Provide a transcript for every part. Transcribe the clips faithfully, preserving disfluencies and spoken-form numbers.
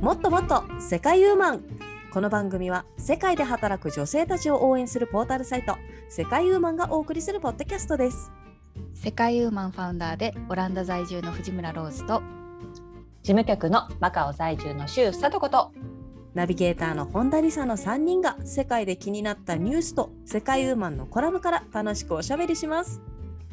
もっともっと世界ウーマン。この番組は世界で働く女性たちを応援するポータルサイト世界ウーマンがお送りするポッドキャストです。 世界ウーマンファウンダーでオランダ在住の藤村ローズと事務局のマカオ在住の周佐とことナビゲーターの本田理沙のさんにんが世界で気になったニュースと世界ウーマンのコラムから楽しくおしゃべりします。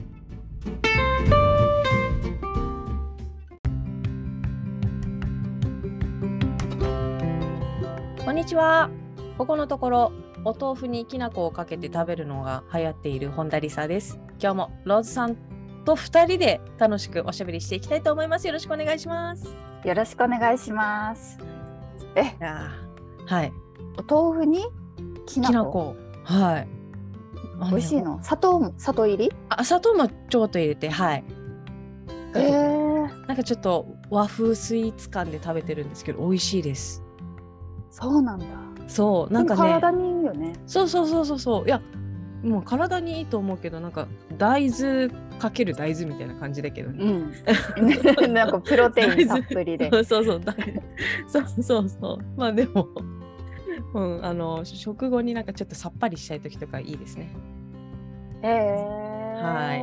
こんにちは。ここのところお豆腐にきな粉をかけて食べるのが流行っている本田理沙です。今日もローズさんとふたりで楽しくおしゃべりしていきたいと思います。よろしくお願いします。 よろしくお願いします。え、 いやはい。 お豆腐にきな粉。 きな粉。はい。 美味しいの？砂糖も砂糖入り？ あ、砂糖もちょっと入れて、はい。 えー、 なんかちょっと和風スイーツ感で食べてるんですけど美味しいです。 そうなんだ。 そうなんかね。 体にいいよね。 そうそうそうそうそう。いやもう体にいいと思うけどなんか大豆かける大豆みたいな感じだけどね。 うん。なんかプロテインたっぷりで。 そうそうそうそうそう。まあでも、うん、あの食後になんかちょっとさっぱりしたい時とかいいですね。 へえー。 はい。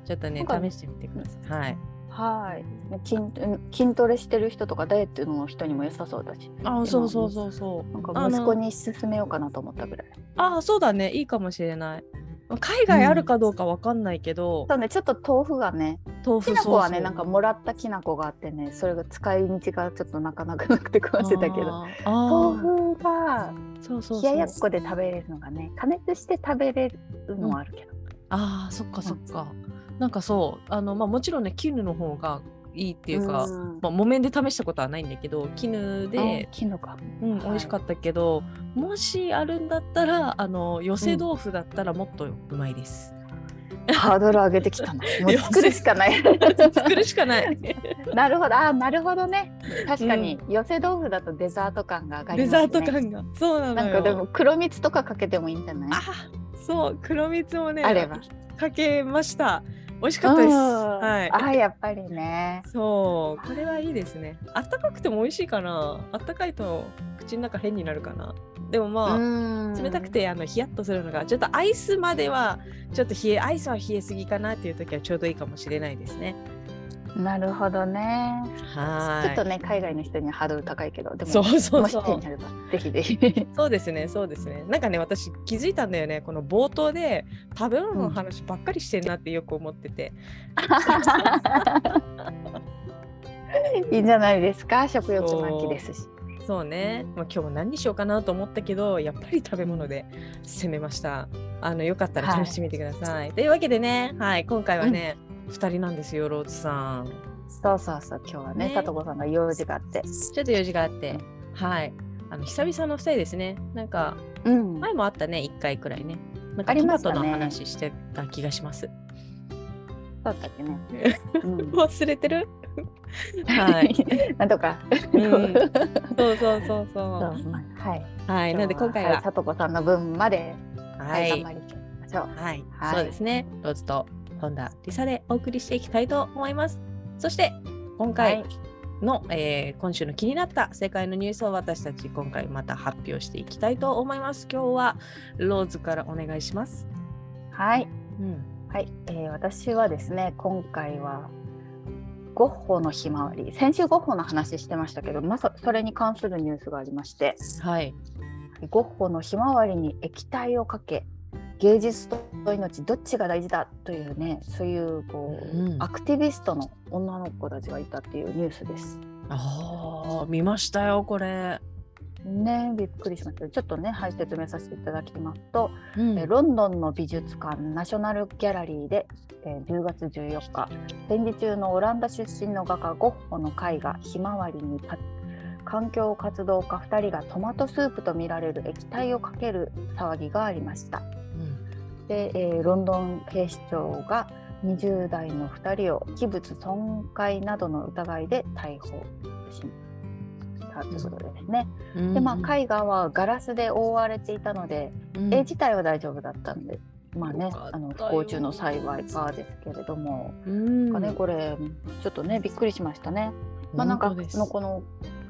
ちょっとね試してみてください。はい。 はい。筋, 筋トレしてる人とかダイエットの人にも良さそうだし。 あ、そうそうそうそう。 なんか息子に勧めようかなと思ったぐらい。 ああ、そうだね。いいかもしれない。海外あるかどうかわかんないけど、 うん、そうね、ちょっと豆腐がね、豆腐きな粉はね、なんかもらったきな粉があってね、それが使い道がちょっとなかなかなくて食わせたけど、豆腐が冷ややっこで食べれるのがね、加熱して食べれるのはあるけど、うん、 ああ、そっかそっか、うん、なんかそうあの、まあ、もちろんね絹の方がいいっていうか、うんまあ、木綿で試したことはないんだけど絹で絹か、 うん、美味しかったけど、はい、もしあるんだったらあの寄せ豆腐だったらもっとうまいです、 うん、ハードル上げてきたな。もう作るしかない作るしかないなるほど、あ、なるほどね。確かに、うん、寄せ豆腐だとデザート感が上がりますね。 デザート感がそうなのよ。 なんかでも黒蜜とかかけてもいいんじゃない？ あ、そう黒蜜もねあればかけました。美味しかったです。はい。 あ、やっぱりね。 そう、これはいいですね。あったかくても美味しいかな。あったかいと口の中変になるかな。でもまあ冷たくてあのヒヤッとするのがちょっとアイスまではちょっと冷えアイスは冷えすぎかなっていう時はちょうどいいかもしれないですね。 なるほどね。 はい。 ちょっとね海外の人にはハードル高いけど、でもそうそうそうもし手になればぜひぜひ。 そうですねそうですね。なんかね私気づいたんだよね。この冒頭で食べ物の話ばっかりしてるなってよく思ってて。 いいんじゃないですか。食欲の秋ですし。 そうね、まあ、今日も何にしようかなと思ったけどやっぱり食べ物で攻めました。あのよかったら試してみてください、はい、というわけでね、はい、今回はね、うん、ふたりなんですよローズさん。 そうそうそう、今日はねさとこさんが用事があってちょっと用事があってはいあの久々のふたりですね。なんか、うん、前もあったねいっかいくらいね。なんかトマトの話してた気がします。 そうだっけね、 うん、忘れてるはい。 なんとか、 うん、そうそうそうそう。 はいはい。なので今回はさとこさんの分まで、 はい、 頑張りましょう。 はい。はい、そうですね。ローズと本田理沙でお送りしていきたいと思います。そして今回の、はいえー、今週の気になった世界のニュースを私たち今回また発表していきたいと思います。今日はローズからお願いします。 はい。うんはい、えー、私はですね今回はゴッホのひまわり、先週ゴッホの話してましたけど、まさそれに関するニュースがありまして、 はい、 ゴッホのひまわりに液体をかけ芸術と命どっちが大事だというね、そういうこう、うん、アクティビストの女の子たちがいたっていうニュースです。 ああ、見ましたよこれね、びっくりしました。ちょっとね、はい、説明させていただきますと、うん、えロンドンの美術館ナショナルギャラリーで、えー、じゅうがつじゅうよっか展示中のオランダ出身の画家ゴッホの絵画ひまわりに環境活動家ふたりがトマトスープとみられる液体をかける騒ぎがありました、うんでえー、ロンドン警視庁がにじゅう代のふたりを器物損壊などの疑いで逮捕しということですね、うん、でまあ、絵画はガラスで覆われていたので、うん、絵自体は大丈夫だったんで、まあね、あの不幸中の幸いかですけれども、うん、なんかね、これちょっとねびっくりしましたね。まあ、なんかのこの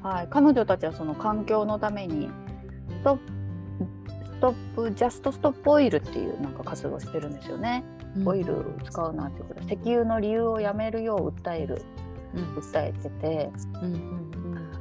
はい、彼女たちはその環境のためにストップ、ストップジャストストップオイルっていうなんか活動をしてるんですよね。 うん、 オイルを使うなっていうことで石油の理由をやめるよう訴える、 うん、 訴えてて、 うんうん、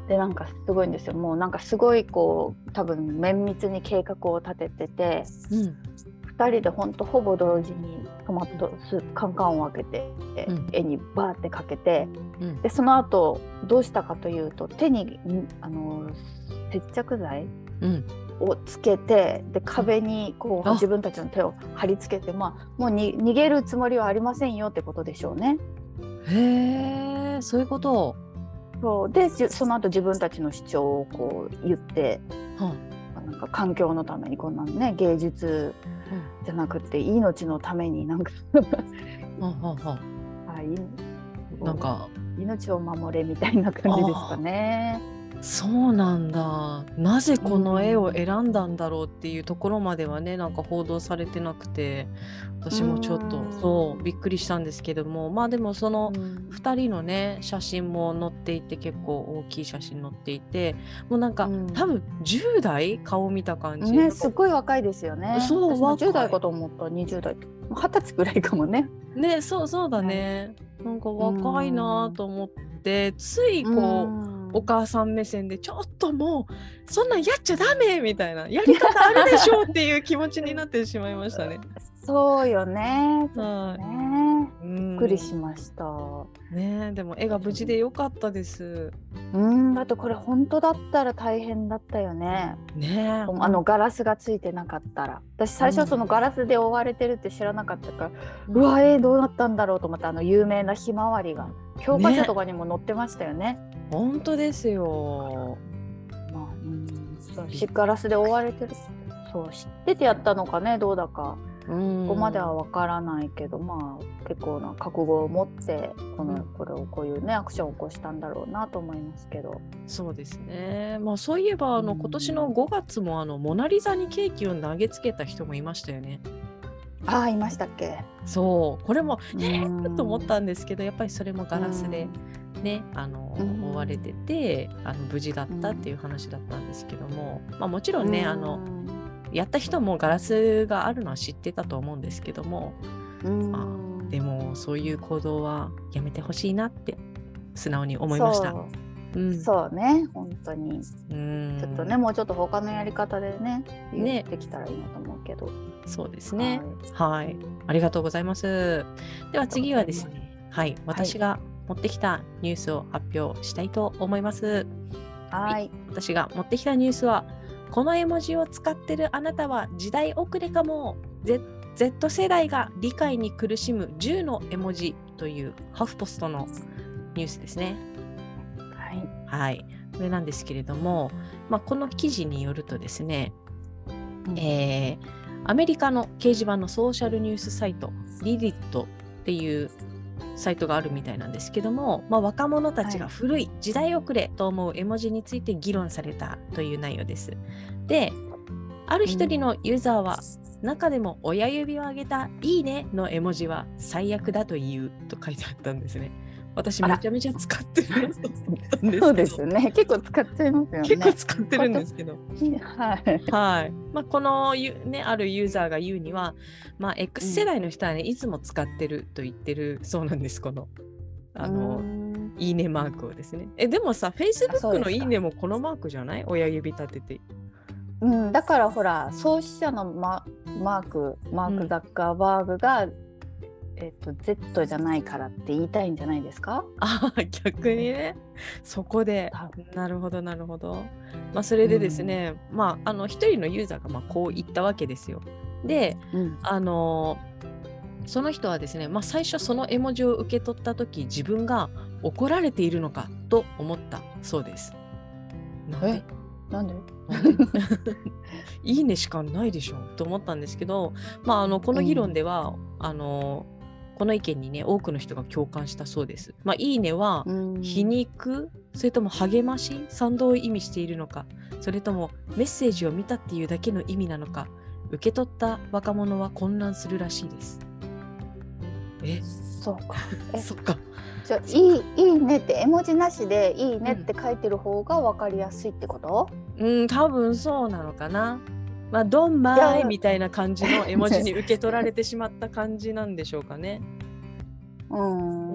でなんかすごいんですよ。もうなんかすごいこう多分綿密に計画を立ててて、 うん、 ふたりでほんとほぼ同時にトマトスカンカンを開けて、うん、絵にバーってかけて、うん、でその後どうしたかというと手にあの接着剤、うん、をつけてで壁にこう自分たちの手を貼り付けて、まあ、もうに逃げるつもりはありませんよってことでしょうね。 へー、そういうこと。 そうでその後自分たちの主張をこう言って、はあ、なんか環境のためにこんなね芸術じゃなくて命のためになんかはははなんか命を守れみたいな感じですかね。 そうなんだ。なぜこの絵を選んだんだろうっていうところまではね、なんか報道されてなくて、私もちょっとそうびっくりしたんですけども、まあでもそのふたりのね写真も載っていて、結構大きい写真載っていて、もうなんか、うん、多分じゅう代顔見た感じね、すごい若いですよね。そう、私もじゅう代かと思ったらにじゅう代、はたちくらいかもね。 ね、そうそうだね。なんか若いなと思って、ついこう。お母さん目線でちょっともうそんなんやっちゃダメみたいな、やり方あるでしょっていう気持ちになってしまいましたね。 そうよね。はい、ね、びっくりしました。 ね、でも絵が無事で良かったです。 うん、だってこれ本当だったら大変だったよね。ね、あのガラスがついてなかったら。私最初そのガラスで覆われてるって知らなかったから、うん、うわえー、どうなったんだろうと思って、あの有名なひまわりが教科書とかにも載ってましたよね。 本当ですよ。 まあ、うん、そうガラスで覆われてる。そう知っててやったのかね、どうだか。うん、ここまではわからないけど、まあ結構な覚悟を持ってこの、うん、これをこういうねアクションを起こしたんだろうなと思いますけど。 そうですね。まあそういえばあの、うん、今年のごがつもあのモナリザにケーキを投げつけた人もいましたよね。 ああ、いましたっけ。 そうこれもえーと思ったんですけど、やっぱりそれもガラスでね、あの覆われてて、あの無事だったっていう話だったんですけども、まあ、もちろんね、あのやった人もガラスがあるのは知ってたと思うんですけども、まあ、でもそういう行動はやめてほしいなって素直に思いました。 そう、うん、そうね、本当にうんちょっとね、もうちょっと他のやり方でねねできたらいいなと思うけど。 そうですね、はい、はい、ありがとうございます。では次はですね、はい、私が持ってきたニュースを発表したいと思います。はい、私が持ってきたニュースは、この絵文字を使ってるあなたは時代遅れかも。 Z, Z 世代が理解に苦しむじゅうの絵文字というハフポストのニュースですね。はい、はい、これなんですけれども、まあ、この記事によるとですね、うん、えー、アメリカの掲示板のソーシャルニュースサイトリディットっていうサイトがあるみたいなんですけども、まあ、若者たちが古い時代遅れと思う絵文字について議論されたという内容です。で、ある一人のユーザーは、うん、中でも親指を上げたいいねの絵文字は最悪だと言うと書いてあったんですね。私めちゃめちゃ使ってると思ったんですけど。 そうですよね。結構使っちゃいますよね。 結構使ってるんですけど。 はい。 はい。まあ、この、ね、あるユーザーが言うには、まあ、X 世代の人はね、うん、いつも使ってると言ってるそうなんです。この、あの、いいねマークをですね。え、でもさ、Facebook のいいねもこのマークじゃない？親指立てて。 うん、だからほら、創始者の マ, マーク、マーク・ザッカーバーグが、うんえっと、Z じゃないからって言いたいんじゃないですか？ ああ、逆にね、そこで、なるほどなるほど。まあそれでですね、うん、まああの一人のユーザーがまあこう言ったわけですよ。で、うん、あのその人はですね、まあ最初その絵文字を受け取った時、自分が怒られているのかと思ったそうです。 なんで？なんで？ いいねしかないでしょと思ったんですけど、まああのこの議論では、うん、あのこの意見にね多くの人が共感したそうです。まあ、いいねは皮肉、それとも励まし、賛同を意味しているのか、それともメッセージを見たっていうだけの意味なのか、受け取った若者は混乱するらしいです。え、 そうか。 そっか。 じゃあいいいいねって絵文字なしでいいねって書いてる方が分かりやすいってこと？ うん、多分そうなのかな。まあドンマイみたいな感じの絵文字に受け取られてしまった感じなんでしょうかね。 うーん、 うん、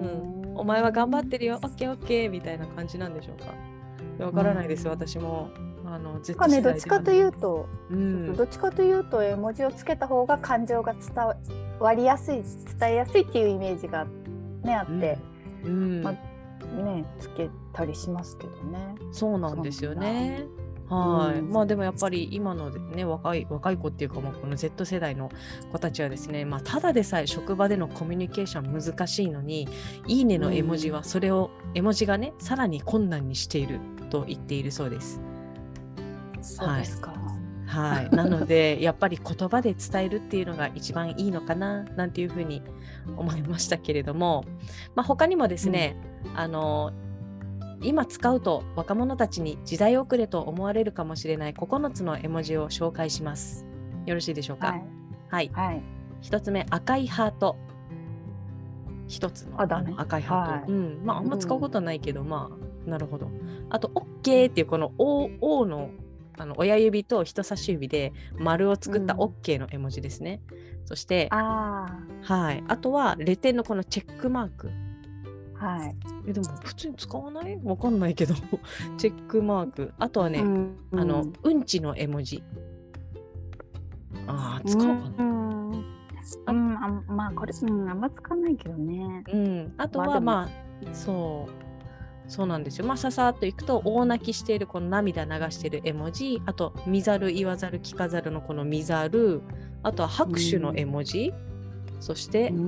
お前は頑張ってるよ、オッケーオッケーみたいな感じなんでしょうか。わからないです、私も。あの Z 世代ではね、 どっちかというと、 うん、 どっちかというと絵文字をつけた方が感情が伝わりやすい、伝えやすいっていうイメージがねあって、 うんうんまあ、ねつけたりしますけどね。 そうなんですよね。はい、うん、まあでもやっぱり今のね若い若い子っていうかもうこの Z 世代の子たちはですね、まあただでさえ職場でのコミュニケーション難しいのに、いいねの絵文字はそれを、うん、絵文字がねさらに困難にしていると言っているそうです。 そうですか。 はい、はい、なのでやっぱり言葉で伝えるっていうのが一番いいのかななんていうふうに思いましたけれども、まあ他にもですね、うん、あの今使うと若者たちに時代遅れと思われるかもしれないここのつの絵文字を紹介します。よろしいでしょうか。はい。はいはい、ひとつめ、赤いハート。一つの、ああの赤いハート。はい、うん。まあ、あんま使うことはないけど、うん、まあ、なるほど。あと、OK っていうこの O, O の, あの親指と人差し指で丸を作った OK の絵文字ですね。うん、そして、あ, はい、あとは、レ点のこのチェックマーク。はい、えでも普通に使わない？わかんないけどチェックマーク、あとはね、うんうん、あのうんちの絵文字、あ使うかな、うんうんあ、あまあこれ、うん、あんま使わないけどね、 うん、あとはまあ、まあ、そうそうなんですよ。まあささっといくと大泣きしているこの涙流している絵文字、あと見ざる言わざる聞かざるのこの見ざる、あとは拍手の絵文字、うん、そして、うん、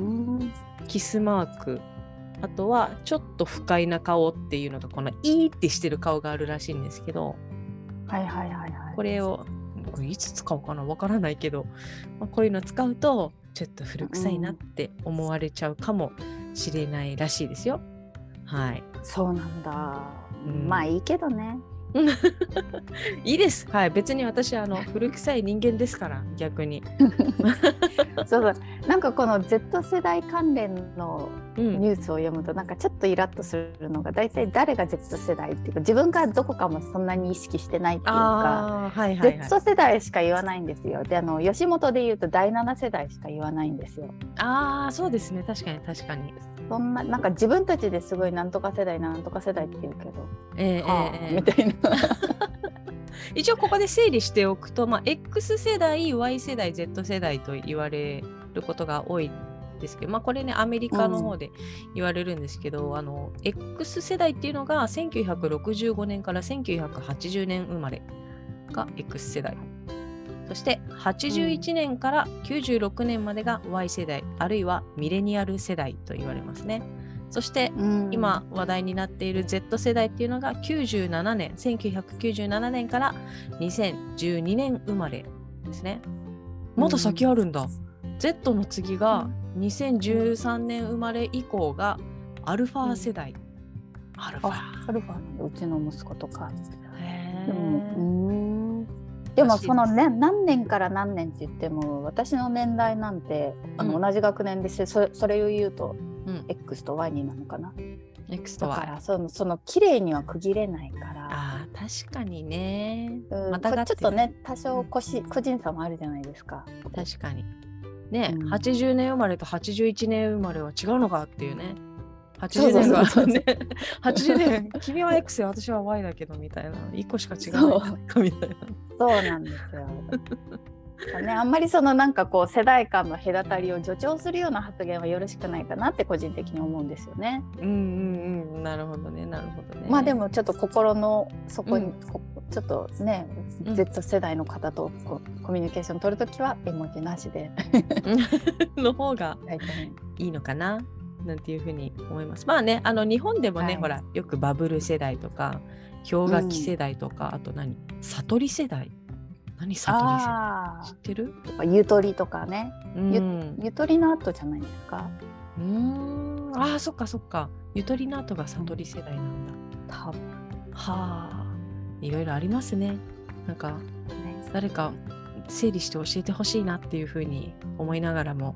キスマーク、あとはちょっと不快な顔っていうのがこのいーってしてる顔があるらしいんですけど、 はいはいはいはい、 これをこれいつ使うかなわからないけど、まあ、こういうの使うとちょっと古臭いなって思われちゃうかもしれないらしいですよ。はい。 そうなんだ。うん、まあいいけどね。 いいです。はい、別に私あの古臭い人間ですから逆に。 そうそう、なんかこの Z 世代関連のニュースを読むとなんかちょっとイラッとするのが、大体誰が Z 世代っていうか自分がどこかもそんなに意識してないっていうか、はいはいはい、Z 世代しか言わないんですよ。であの吉本で言うとだいなな世代しか言わないんですよ。 ああそうですね、確かに確かに。 そんななんか自分たちですごいなんとか世代なんとか世代って言うけど、 えーはあえー、 みたいな。 一応ここで整理しておくと、まあ、X 世代、Y 世代、Z 世代と言われることが多いですけど、まあ、これねアメリカの方で言われるんですけど、うん、あの X 世代っていうのがせんきゅうひゃくろくじゅうごねんからせんきゅうひゃくはちじゅうねん生まれが X 世代、そしてはちじゅういちねんからきゅうじゅうろくねんまでが Y 世代、あるいはミレニアル世代と言われますね。そして今話題になっている Z 世代っていうのがきゅうじゅうななねん、せんきゅうひゃくきゅうじゅうななねんからにせんじゅうにねん生まれですね。まだ先あるんだ。Z の次がにせんじゅうさんねん生まれ以降がアルファ世代。 アルファ。アルファなんでうちの息子とか。 へでも、でもそのね何年から何年って言っても私の年代なんてあの、うん、同じ学年で そ, それを言うと。うん、X と Y になるのかな。 X と Y だからそのその綺麗には区切れないから。 あ確かにね、 うん、またちょっとね多少個し、うん、個人差もあるじゃないですか。 確かにね、うん、はちじゅうねん生まれとはちじゅういちねん生まれは違うのかっていうね。はちじゅうねんがねはちじゅうねん君は X で私は Y だけどみたいないっこしか違うかみたいな。 そうなんですよ。ね、あんまりそのなんかこう世代間の隔たりを助長するような発言はよろしくないかなって個人的に思うんですよね。 うんうんうん、なるほどねなるほどね。 まあでもちょっの心の底に、うん、ちょっとね、うん、Z 世代の方とこうコミュニケーション取るときは絵文字なしでの方がいいのかななんていうふうに思います。まあね、あの日本でもね、はい、ほらよくバブル世代とか氷河期世代とか、うん、あと何悟り世代、何悟り世代知ってる？ とかゆとりとかね、うん、ゆ, ゆとりの後じゃないですか。 うーん、あーそっかそっか、ゆとりの後が悟り世代なんだ、 うん、多分。 はあ、いろいろありますね。なんか、ね、誰か整理して教えてほしいなっていうふうに思いながらも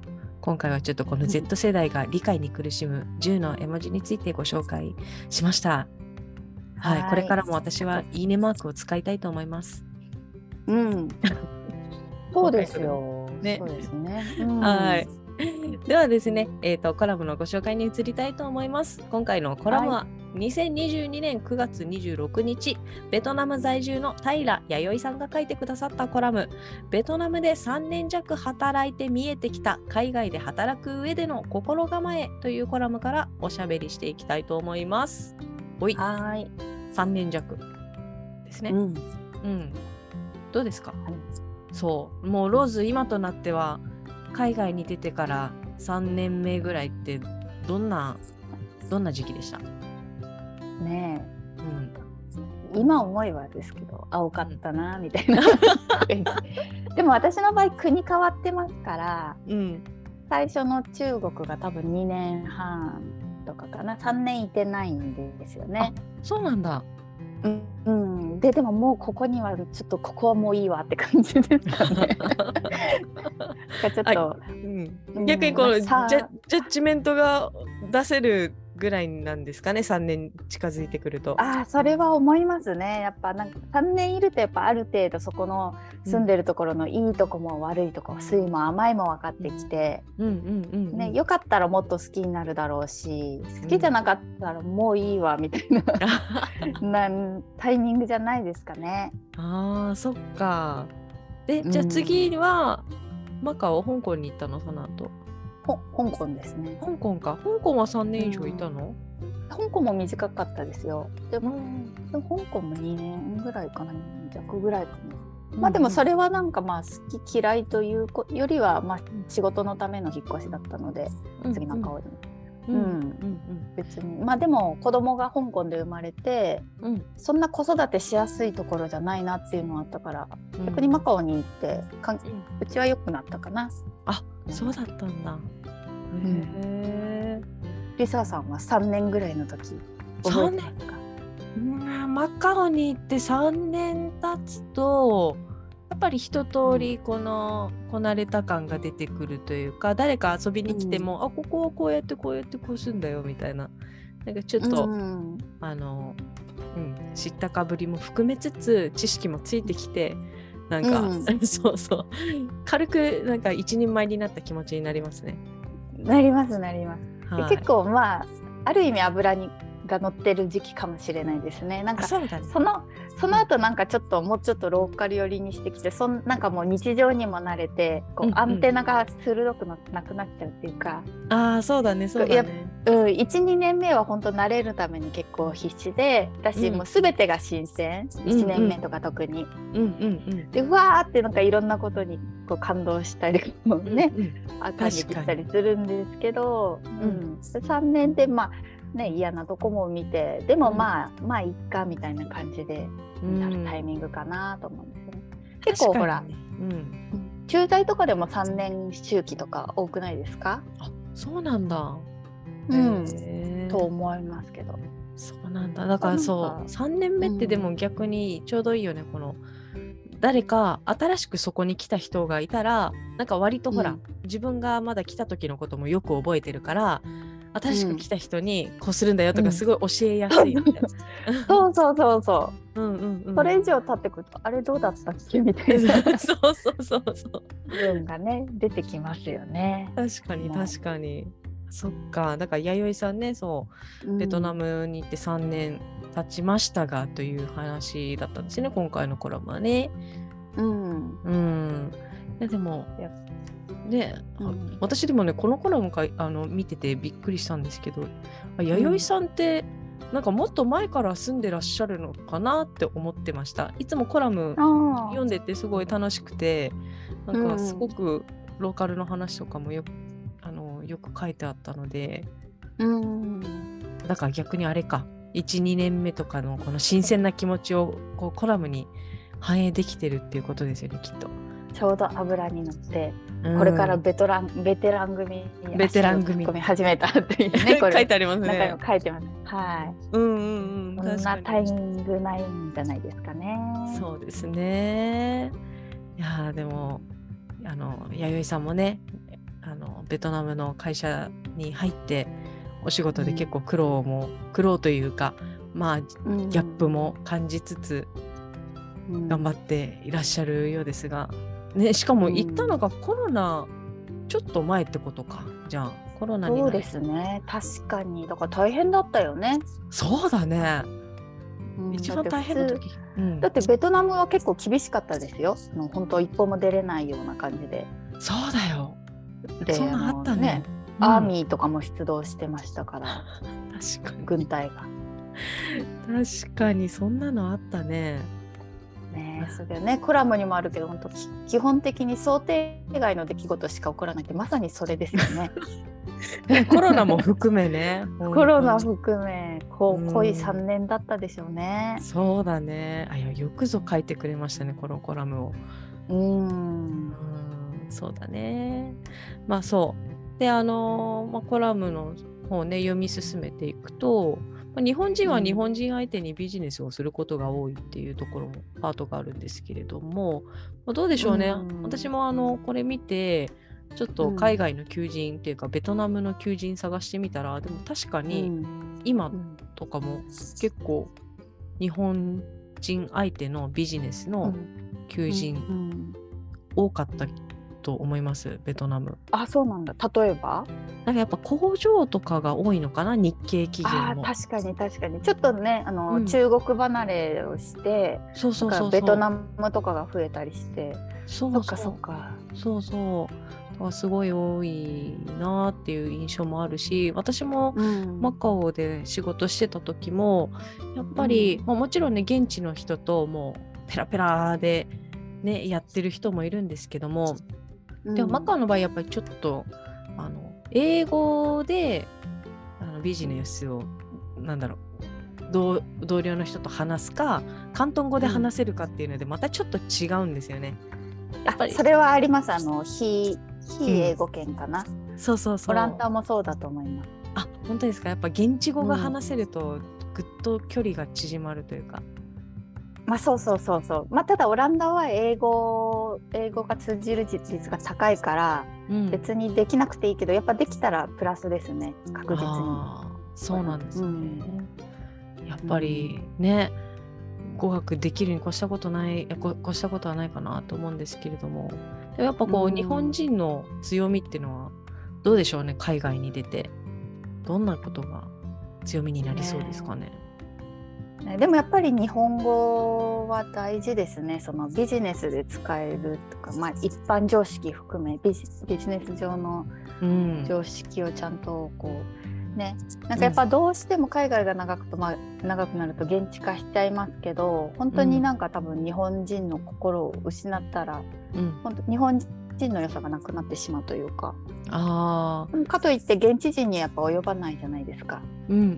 今回はちょっとこの Z 世代が理解に苦しむじゅうの絵文字についてご紹介しました。はい、はい、これからも私はいいねマークを使いたいと思います。 うん、そうですよ。ね、そうですね。うん、 はい。ではですね、えーと、コラムのご紹介に移りたいと思います。今回のコラムは、はい、にせんにじゅうにねんくがつにじゅうろくにち、ベトナム在住の平弥生さんが書いてくださったコラム、ベトナムでさんねん弱働いて見えてきた海外で働く上での心構えというコラムからおしゃべりしていきたいと思います。おい。 はい。 さんねん弱ですね。うん。うん、どうですか？はい、そう。もうローズ今となっては海外に出てからさんねんめぐらいってどんなどんな時期でした？ ねえ、うん、今思えばですけど青かったなみたいな、うん、でも私の場合国変わってますから、うん、最初の中国が多分にねんはんとかかな、さんねんいてないんですよね。 あ、そうなんだ。 うんうん、ででももうここにはちょっとここはもういいわって感じですかね。ちょっと、 うん、逆にこのジャ、ジャッジメントが出せるぐらいなんですかね、さんねん近づいてくると。 ああ、それは思いますね。やっぱなんかさんねんいるとやっぱある程度そこの住んでるところのいいとこも悪いとこ、酸いも甘いも分かってきて、ね、よかったらもっと好きになるだろうし、好きじゃなかったらもういいわみたいな、なタイミングじゃないですかね。 あー、そっか。で、じゃあ次は、うん、マカオ、香港に行ったの、その後。 香港ですね。 香港か。香港はさんねん以上いたの？ うん、香港も短かったですよ。でも、うん、でも香港もにねんぐらいかな、にねん弱ぐらいかな。うん、まあでもそれはなんかまあ好き嫌いというよりはまあ仕事のための引っ越しだったので、うん、次マカオに。うんうんうん、別にまあでも子供が香港で生まれて、うん、そんな子育てしやすいところじゃないなっていうのがあったから、うん、逆にマカオに行ってかん、うん、うちは良くなったかな。 あ、そうだったんだ。へえ。 リサさんはさんねんぐらいの時覚えてますか？ うん、マカオに行ってさんねん経つとやっぱり一通りこのこなれた感が出てくるというか、誰か遊びに来ても、うん、あ、ここはこうやってこうやってこうするんだよみたいな、なんかちょっと、うん、あの、うん、知ったかぶりも含めつつ知識もついてきて、なんか、うん、そうそう軽くなんか一人前になった気持ちになりますね。 なりますなります、はい、結構まあある意味油にが乗ってる時期かもしれないですね。なんか そ, ね、そのその後なんかちょっともうちょっとローカル寄りにしてきて、そんなんかもう日常にも慣れてこう、うんうん、アンテナが鋭く な, なくなっちゃうっていうか。 ああ、そうだねそうだね。 うん、いちにねんめは本当慣れるために結構必死で、私もう全てが新鮮、うん、いちねんめとか特に、うんうんうん、でわーってなんかいろんなことにこう感動したりもね、うんうん、あ感じたりするんですけど、うんうん、さんねんでまあね、嫌なとこも見て、でもまあ、うん、まあいっかみたいな感じでなるタイミングかなと思うんですよね。うん、結構ほら、うん、駐在とかでもさんねん周期とか多くないですか？ あ、そうなんだ。 うん、と思いますけど。 そうなんだ。だからそうさんねんめってでも逆にちょうどいいよね、うん、この誰か新しくそこに来た人がいたら、なんか割とほら、うん、自分がまだ来た時のこともよく覚えてるから、新しく来た人にこうするんだよとかすごい教えやすいみたいな、 うん、そうそうそうそう、うんうんうん、それ以上経ってくるとあれどうだったっけみたいなそうそうそうそう分がね出てきますよね。 確かに確かに、そっか。だから弥生さんね、そう、うん、ベトナムに行ってさんねん経ちましたがという話だったんですね、今回のコラムはね。うんうん。いやでもね、うん、私でもねこのコラムかあの見ててびっくりしたんですけど、弥生さんって、うん、なんかもっと前から住んでらっしゃるのかなって思ってました。いつもコラム読んでてすごい楽しくて、なんかすごくローカルの話とかもよく、あのよく書いてあったので、うん、だから逆にあれか、いち、にねんめとかのこの新鮮な気持ちをこうコラムに反映できてるっていうことですよね、きっと。 ちょうど油に乗って、うん、これからベトランベテラン組にベテラン組込み始めたっていうね、これ書いてありますね。 中にも書いてます。はい。うんうんうん。そんなタイミングないんじゃないですかね。 そうですね。いやでもあの弥生さんもね、 あのベトナムの会社に入ってお仕事で結構苦労も、うん、苦労というかまあギャップも感じつつ頑張っていらっしゃるようですが、ね、しかも行ったのがコロナちょっと前ってことか。じゃあコロナになる。 そうですね、確かに。だから大変だったよね。 そうだね、うん、一番大変な時、 うん、だってベトナムは結構厳しかったですよ。もう本当一歩も出れないような感じで。 そうだよ。 でそんなあったね、 うん、アーミーとかも出動してましたから、 確かに軍隊が。 確かにそんなのあったね。 ね、そうだよね。コラムにもあるけど本当基本的に想定外の出来事しか起こらないってまさにそれですよね。 コロナも含めね。 コロナ含めこう濃いさんねんだったでしょうね。 そうだね。あ、いやよくぞ書いてくれましたね、このコラムを。 うーん、 うんそうだね。まあそうで、あのーまあ、コラムの方ね読み進めていくと、まあ、日本人は日本人相手にビジネスをすることが多いっていうところもパートがあるんですけれども、まあ、どうでしょうね。うん、私もあのこれ見てちょっと海外の求人っていうか、うん、ベトナムの求人探してみたら、でも確かに今とかも結構日本人相手のビジネスの求人多かったと思います、ベトナム。 あ、そうなんだ。例えばなんかやっぱ工場とかが多いのかな、日系企業も。 あ、確かに確かに。ちょっとね、あの、うん、中国離れをして、 そうそうそうそう、 ベトナムとかが増えたりして、 そうそうそっかそっか。 そうそう。すごい多いなっていう印象もあるし、私もマカオで仕事してた時も、うん、やっぱり、まあ、もちろんね現地の人ともうペラペラで、ね、やってる人もいるんですけども、うん、でもマカオの場合やっぱりちょっとあの英語であのビジネスをなんだろう 同, 同僚の人と話すか広東語で話せるかっていうのでまたちょっと違うんですよね。 やっぱりそれはあります。あの非非英語圏かな、 うん、そうそうそう。 オランダもそうだと思います。 あ、本当ですか。やっぱ現地語が話せるとぐっと距離が縮まるというか、 うん、まあそうそうそうそう。まあただオランダは英語英語が通じる率が高いから、うん、別にできなくていいけどやっぱできたらプラスですね、確実に。 あ、そうなんですね、うん、やっぱりね、語学できるに越したことない、越したことはないかなと思うんですけれども、でもやっぱこう、うん、日本人の強みっていうのはどうでしょうね。海外に出てどんなことが強みになりそうですかね。 ね、でもやっぱり日本語は大事ですね。そのビジネスで使えるとか、まあ、一般常識含め ビジ、ビジネス上の常識をちゃんとこう、ね、なんかやっぱどうしても海外が長くと、まあ、長くなると現地化しちゃいますけど、本当になんか多分日本人の心を失ったら、うん、本当日本人の良さがなくなってしまうというか、あかといって現地人にやっぱ及ばないじゃないですか。 うんうんうんうん、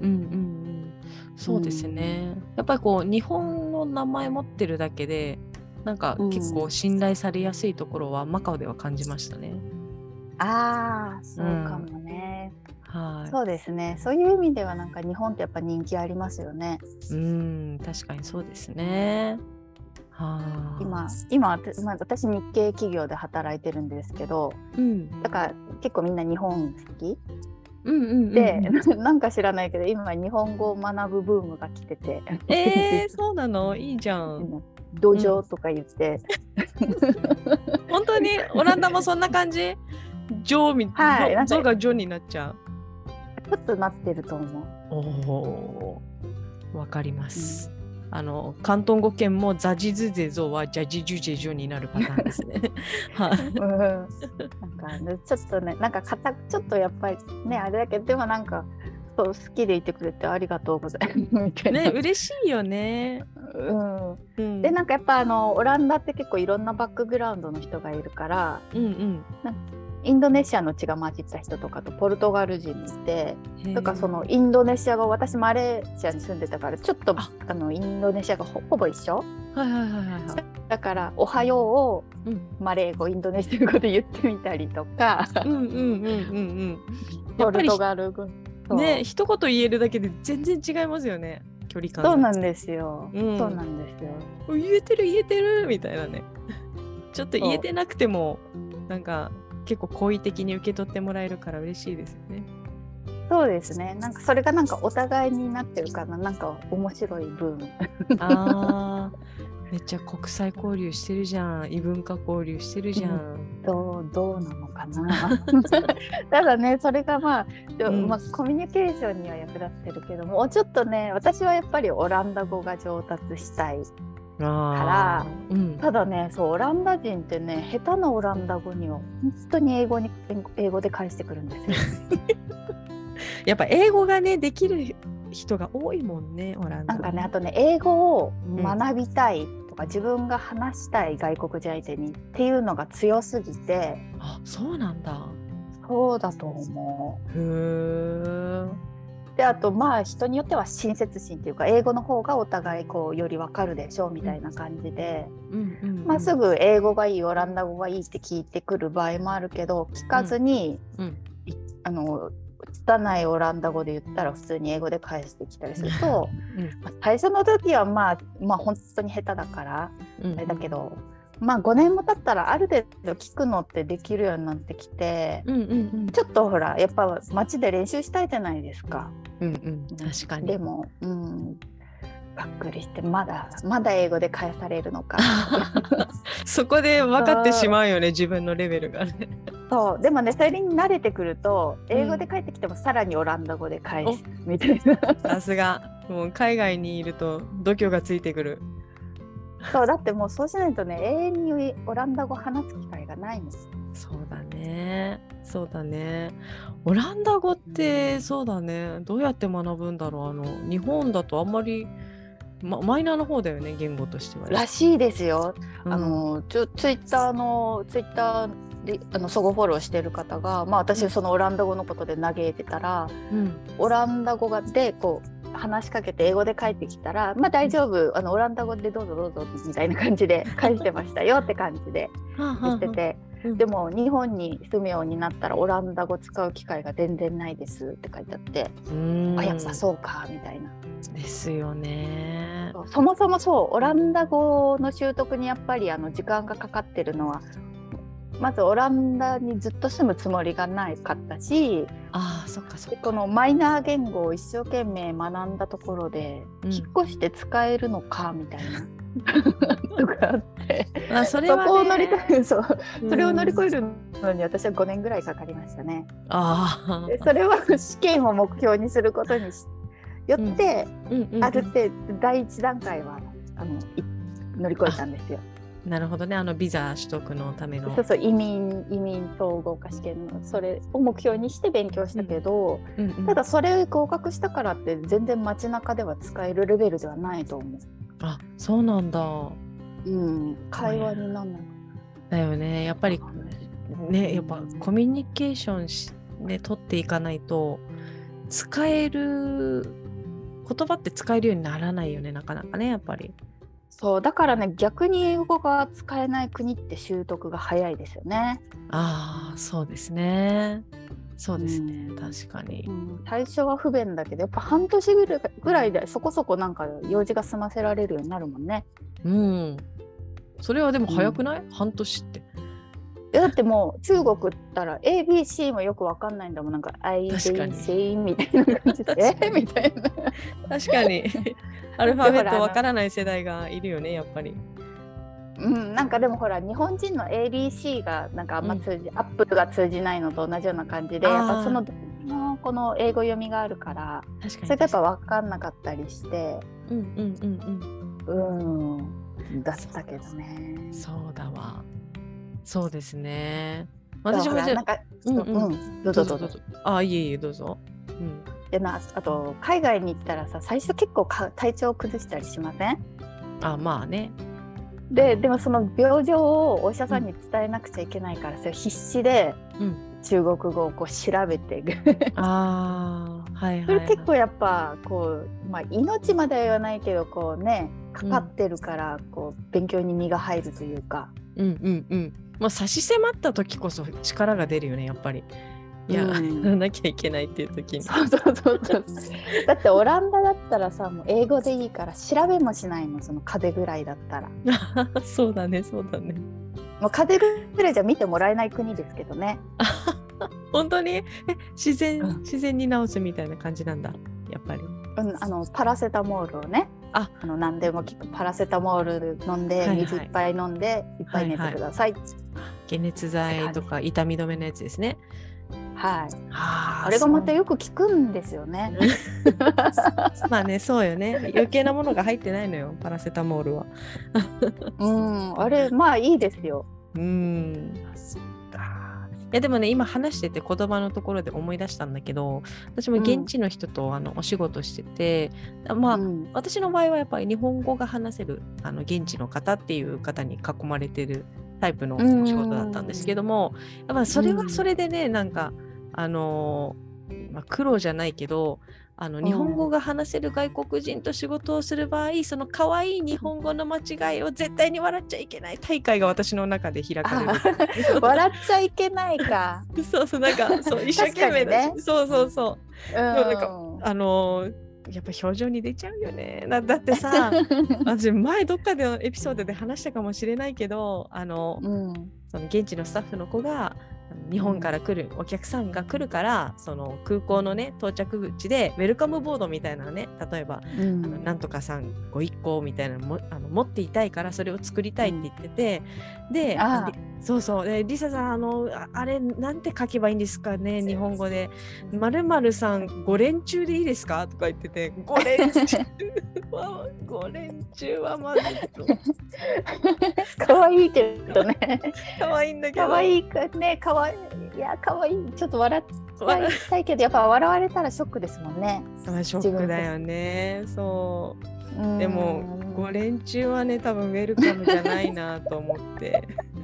そうですね、うん、やっぱりこう日本の名前持ってるだけでなんか結構信頼されやすいところはマカオでは感じましたね。 ああ、そうかもね、うん、はい、そうですね。そういう意味ではなんか日本ってやっぱ人気ありますよね。 うん、確かにそうですね。はあ、 今, 今、まあ、私日系企業で働いてるんですけど、うん、だから結構みんな日本好き、うんうんうん、でなんか知らないけど今日本語を学ぶブームが来てて、 えー、そうなの、いいじゃん。 土壌とか言って、うん、 本当にオランダもそんな感じ？ジョーみたいな、ゾウがジョーになっちゃう。 ちょっとなってると思う。 おー、わかります、うん、あの広東語圏もザジズゼゾはジャジジュジェジョになるパターンですね。はい、うん、 なんか、ね、ちょっとね、なんか硬くちょっとやっぱりねあれだけど、でもなんかそう好きでいてくれてありがとうございますみたいな。 ね、嬉しいよね。 うんうん、でなんかやっぱあのオランダって結構いろんなバックグラウンドの人がいるから、うんうん、なんかインドネシアの血が混じった人とかとポルトガル人にいて、とかそのインドネシア語、私マレーシアに住んでたからちょっと あ, あのインドネシア語 ほ, ほぼ一緒、はいはいはいはい、だからおはようをマレー語、インドネシア語で言ってみたりとか、うんうんうんうんうん、ポルトガル語ね、一言言えるだけで全然違いますよね、距離感。 そうなんですよ、うん、そうなんですよ。 言えてる言えてるみたいなね。ちょっと言えてなくてもなんか結構好意的に受け取ってもらえるから嬉しいですよね。 そうですね。なんかそれがなんかお互いになってるかな。なんか面白いブーム。 あーめっちゃ国際交流してるじゃん。異文化交流してるじゃん。 うん、どうどうなのかな。ただね、それがまあ、でもまあ、コミュニケーションには役立ってるけども、ちょっとね、私はやっぱりオランダ語が上達したいから、うん、ただね、そうオランダ人ってね、下手なオランダ語には本当に英語に英語で返してくるんですよ。 やっぱ英語がねできる人が多いもんね、オランダ。 なんかね、あとね、英語を学びたいとか、うん、自分が話したい外国人相手にっていうのが強すぎて。 あ、そうなんだ。 そうだと思う。 へー。 で、あとまあ人によっては親切心っていうか、英語の方がお互いこうより分かるでしょうみたいな感じで、うんうんうん、まあ、すぐ英語がいいオランダ語がいいって聞いてくる場合もあるけど、聞かずに、うんうん、あの拙いオランダ語で言ったら普通に英語で返してきたりすると、うんまあ、最初の時はまあまあ本当に下手だからあれだけど、うん、まあごねんも経ったらある程度聞くのってできるようになってきて、うんうんうん、ちょっとほらやっぱ街で練習したいじゃないですか。 うんうん、確かに。 でも、うん、がっくりしてまだまだ英語で返されるのか。 そこで分かってしまうよね、自分のレベルがね。 そうでもね、それに慣れてくると英語で帰ってきてもさらにオランダ語で返すみたいな。 さすが、もう海外にいると度胸がついてくる。 そうだってもうそうしないとね、永遠にオランダ語話す機会がないんです。 そうだね、そうだね。オランダ語ってそうだね、どうやって学ぶんだろう。あの日本だとあんまり、ま、マイナーの方だよね、言語としては。 らしいですよ。うん、あのちょツイッターのツイッターであの相互フォローしてる方が、まあ、私そのオランダ語のことで嘆いてたら、うん、オランダ語がでこう話しかけて英語で返ってきたら、まあ大丈夫、あのオランダ語でどうぞどうぞみたいな感じで返してましたよって感じで言ってて。でも日本に住むようになったらオランダ語使う機会が全然ないですって書いてあって、あ、やっぱそうかみたいな。 ですよね。 そ, そもそもそうオランダ語の習得にやっぱりあの時間がかかってるのは、まずオランダにずっと住むつもりがなかったし、 ああ、そっかそっか。 このマイナー言語を一生懸命学んだところで、うん、引っ越して使えるのかみたいな。とかあって、 まあ、それはね、 そこを乗り越える、そう、それを乗り越えるのに私はごねんぐらいかかりましたね。 あでそれは試験を目標にすることによって、うんうんうんうん、ある程度第一段階はあの乗り越えたんですよ。 なるほどね、あのビザ取得のための。 そうそう、移民移民統合化試験のそれを目標にして勉強したけど、うんうんうん、ただそれ合格したからって全然街中では使えるレベルではないと思う。 あ、そうなんだ。 うん、会話にならない。 だよね、やっぱりね、やっぱコミュニケーションし、ね、取っていかないと使える言葉って使えるようにならないよね、なかなかね、やっぱり。 そうだからね、逆に英語が使えない国って習得が早いですよね。 ああ、そうですね。そうですね、うん、確かに、 うん、最初は不便だけどやっぱ半年ぐらいでそこそこなんか用事が済ませられるようになるもんね。 うん、それはでも早くない、うん、半年って。 だってもう中国ったら エービーシー もよくわかんないんだもん。なんか アイビーシー みたいな感じでえみたいな。確かにアルファベットわからない世代がいるよね、やっぱり。 うん、なんかでもほら日本人の エービーシー がなんかあんま通じ、うん、アップルが通じないのと同じような感じで、やっぱそのこの英語読みがあるからそれがやっぱ分かんなかったりしてうんうんうんうんうんだったけどね。 そうだわ。そうですね。私もじゃあなんかうんうんどうぞどうぞ。 あ、いえいえどうぞ。うん。 でなあと海外に行ったらさ、最初結構か体調を崩したりしません？ あ、まあね。 で, でもその病状をお医者さんに伝えなくちゃいけないから、うん、それ必死で中国語をこう調べて、うん、 あ、はいはいはい、 それ結構やっぱこう、まあ、命までは言わないけどこうねかかってるからこう勉強に身が入るというか、 うんうんうん、もう差し迫った時こそ力が出るよね、やっぱり。いや、うん、なきゃいけないっていう時に。 そうそうそうそうだってオランダだったらさ、もう英語でいいから調べもしないの、その壁ぐらいだったら。 そうだねそうだね。 もう風ぐらいじゃ見てもらえない国ですけどね。 本当にえ自然、 うん、 自然に治すみたいな感じなんだやっぱり。 うん、あのパラセタモールをね、 ああの何でも効くパラセタモール飲んで、 はいはい、 水いっぱい飲んでいっぱい寝てください、はいはい、 解熱剤とか痛み止めのやつですね。 はい、 あ, あれがまたよく効くんですよね。 まあね、そうよね、余計なものが入ってないのよパラセタモールは。 うん、あれまあいいですよ。 うん、そっか。いやでもね、今話してて言葉のところで思い出したんだけど、私も現地の人とあのお仕事してて、うん、まあ、うん、私の場合はやっぱり日本語が話せるあの現地の方っていう方に囲まれてるタイプのお仕事だったんですけども、やっぱそれはそれでね、なんかあのーまあ、苦労じゃないけど、あの日本語が話せる外国人と仕事をする場合、その可愛い日本語の間違いを絶対に笑っちゃいけない大会が私の中で開かれる。 笑っちゃいけないか。 そうそう、なんかそう一生懸命だし、ね、そうそうそう。でもなんかあのーやっぱ表情に出ちゃうよね。だ, だってさ私前どっかでのエピソードで話したかもしれないけど、あの、うん、その現地のスタッフの子が日本から来るお客さんが来るから、その空港のね到着口でウェルカムボードみたいなね、例えば、うん、あのなんとかさんご一行みたいなのもあの持っていたいからそれを作りたいって言ってて、うん、でそうそうでリサさん あの あ, あれなんて書けばいいんですかね日本語で〇〇さんご連中でいいですかとか言ってて、ご連中はご連中はまずかわいいけどねかわいいんだけどかわいいかねかわいいいやかわいいちょっと笑っちゃいたいけどやっぱ笑われたらショックですもんね。 ショックだよね。そううでもご連中はね多分ウェルカムじゃないなと思って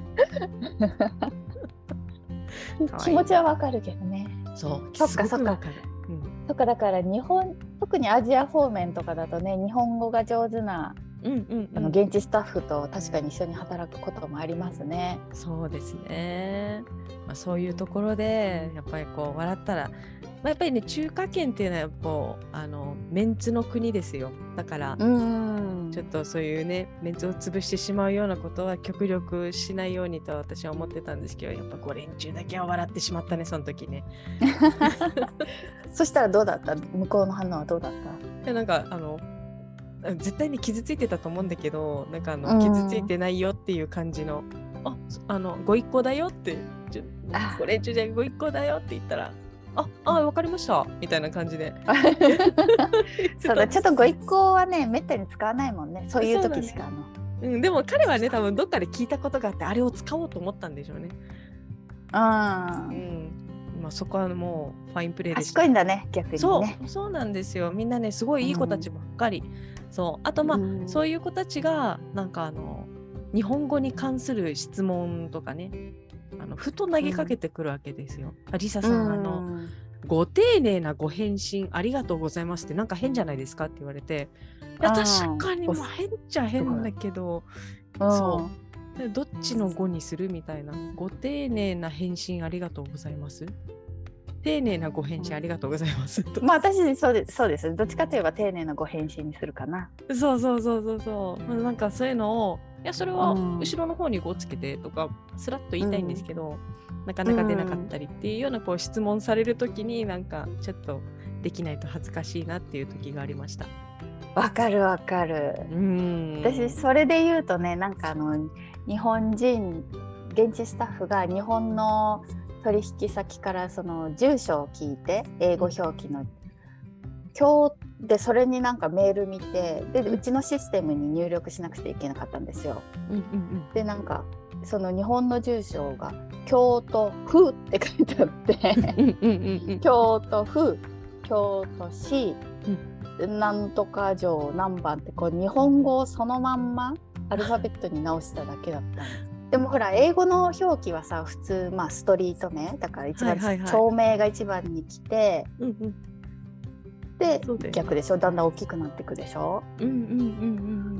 気持ちはわかるけどね。 そうそっかそっか、うん、そっかだから日本特にアジア方面とかだとね日本語が上手な、うんうんうん、あの現地スタッフと確かに一緒に働くこともありますね。 そうですね、まあ、そういうところでやっぱりこう笑ったら、まあ、やっぱりね中華圏っていうのはこうあのメンツの国ですよ。だからうんちょっとそういうねメンツを潰してしまうようなことは極力しないようにと私は思ってたんですけど、やっぱご連中だけは笑ってしまったねその時ねそしたらどうだった？向こうの反応はどうだった？ いやなんかあの絶対に傷ついてたと思うんだけど、なんかあの傷ついてないよっていう感じの、ああのご一行だよってご連中じゃご一行だよって言ったら、ああ分かりましたみたいな感じでそうだちょっとご一行はねめったに使わないもんね、そういう時しか。あのう、ねうん、でも彼はね多分どっかで聞いたことがあってあれを使おうと思ったんでしょうね。 あ、 うんまあ、そこはもうファインプレーでした。 賢いんだね逆にね。 そうそうなんですよ。みんなねすごいいい子たちばっかり、うん、そうあとまあ、うん、そういう子たちがなんかあの日本語に関する質問とかねあのふと投げかけてくるわけですよ。うん、リサさん、うん、あのご丁寧なご返信ありがとうございますってなんか変じゃないですかって言われて、いや確かにまあ変っちゃ変だけど、そうどっちのごにするみたいな、ご丁寧な返信ありがとうございます丁寧なご返信ありがとうございますまあ私そうです、そうですどっちかといえば丁寧なご返信にするかな。 そうそうそうそうそう、なんかそういうのをいやそれは後ろの方にごつけてとかスラッと言いたいんですけど、うん、なかなか出なかったりっていうようなこう質問されるときになんかちょっとできないと恥ずかしいなっていう時がありました。 わかるわかる。うん私それで言うとねなんかあの日本人現地スタッフが日本の取引先からその住所を聞いて英語表記の今日でそれになんかメール見てでうちのシステムに入力しなくちゃいけなかったんですよ。うんうんうん、でなんかその日本の住所が京都府って書いてあって京都府京都市、うん、なんとか城何番ってこう日本語をそのまんまアルファベットに直しただけだったんです。でもほら英語の表記はさ普通、まあ、ストリート名だから一番、はいはいはい、町名が一番に来て、うんうん、で逆でしょだんだん大きくなっていくでしょ、うんうんうんうん、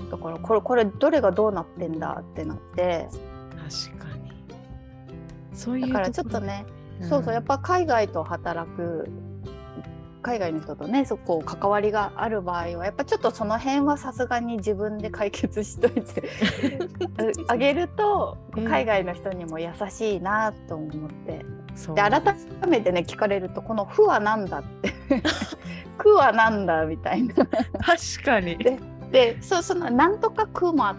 だからこれ、これどれがどうなってんだってなって確かにそういうだからちょっとね、うん、そうそうやっぱ海外と働く海外の人とねそこ関わりがある場合はやっぱちょっとその辺はさすがに自分で解決しといてあげると、うん、海外の人にも優しいなと思ってで改めてね聞かれるとこの「ふ」はなんだって「く」はなんだみたいな確かにででそうそのなんとか「く」もあって、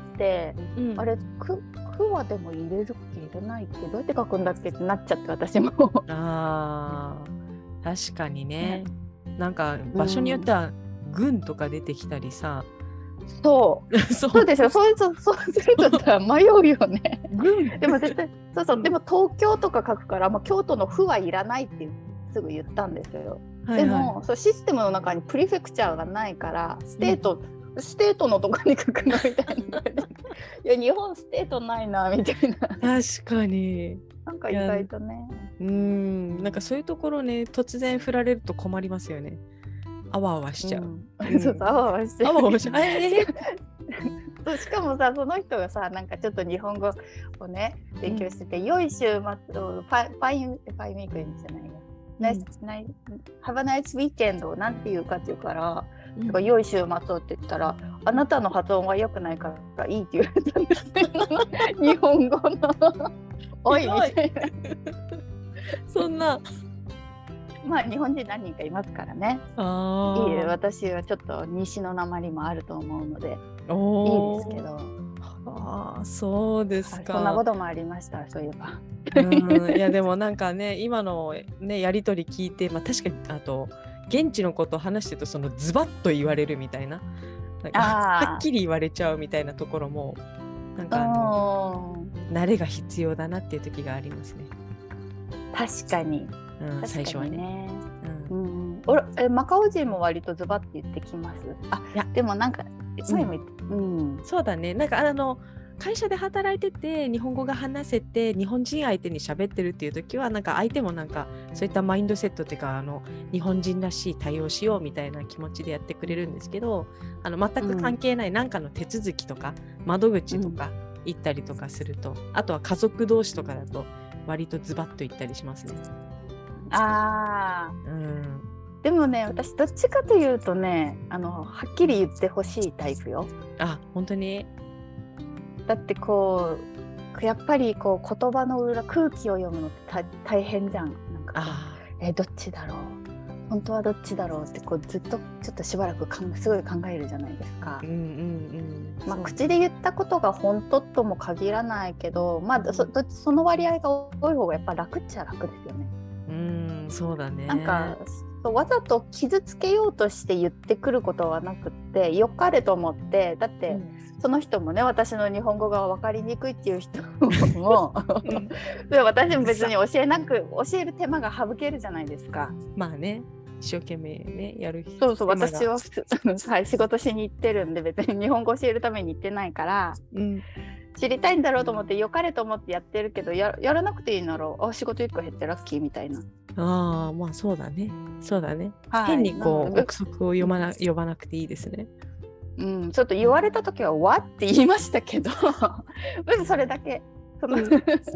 うん、あれ「く」くはでも入れるっけ入れないっけどうやって書くんだっけってなっちゃって私もあ確かにね、ねなんか場所によっては軍とか出てきたりさ、 うん、そうそうそうですよそうそうそうするとさ迷うよね軍でも絶対そうそうでも東京とか書くから、まあ、京都の府はいらないってすぐ言ったんですよ、はいはい、でもそうシステムの中にプリフェクチャーがないからステート、うん、ステートのとこに書くのみたいないや日本ステートないなみたいな確かになんか意外とねうんなんかそういうところね突然振られると困りますよねあわあわしちゃう、うんうん、そうそうあわあわしちゃうあわあわしちゃうえー、しかもさその人がさなんかちょっと日本語をね勉強してて、うん、良い週末をファイファイファイミークリンじゃないよ、うん、ナイスナイハバナイスウィーケンドをなんて言うかっていうからうん、良い週末をって言ったらあなたの発音は良くないからいいって言われたんですよ日本語のおいみたいなそんなまあ日本人何人かいますからねあいい私はちょっと西の訛りもあると思うのでいいですけどあそうですかそんなこともありましたそういえばうんいやでもなんかね今のねやり取り聞いて、まあ、確かにあと現地のことを話してるとそのズバッと言われるみたいな、なんかはっきり言われちゃうみたいなところもなんかあの慣れが必要だなっていう時がありますね。 確かに、 うん、最初はね。 うんうん、俺えマカオ人も割とズバッて言ってきます。あいやでもなんか前も言って、うんうん、そうだねなんかあの会社で働いてて日本語が話せて日本人相手に喋ってるっていう時はなんか相手もなんかそういったマインドセットっていうかあの日本人らしい対応しようみたいな気持ちでやってくれるんですけどあの全く関係ない何かの手続きとか、うん、窓口とか行ったりとかすると、うん、あとは家族同士とかだと割とズバッと言ったりしますね。 あー、うん、でもね私どっちかというとねあのはっきり言ってほしいタイプよ。 あ本当にだってこうやっぱりこう言葉の裏空気を読むのって大変じゃん。なんかあえどっちだろう本当はどっちだろうってこうずっとちょっとしばらくかんすごい考えるじゃないですか。うんうんうんまあ、口で言ったことが本当とも限らないけど、まあ、そ, その割合が多い方がやっぱ楽っちゃ楽ですよね。 うんそうだね。 なんかわざと傷つけようとして言ってくることはなくって良かれと思ってだって、うんその人もね私の日本語が分かりにくいっていう人も、うん、私も別に教えなく教える手間が省けるじゃないですか。 まあね一生懸命ねやるそうそう私は普通、はい、仕事しに行ってるんで別に日本語教えるために行ってないから、うん、知りたいんだろうと思って良かれと思ってやってるけど や, やらなくていいならあ仕事いっこ減ってラッキーみたいな。 ああまあそうだねそうだね、はい、変にこう憶測を読まな呼ばなくていいですね。 うん、ちょっと言われた時は「わ」って言いましたけどそれだけその、うん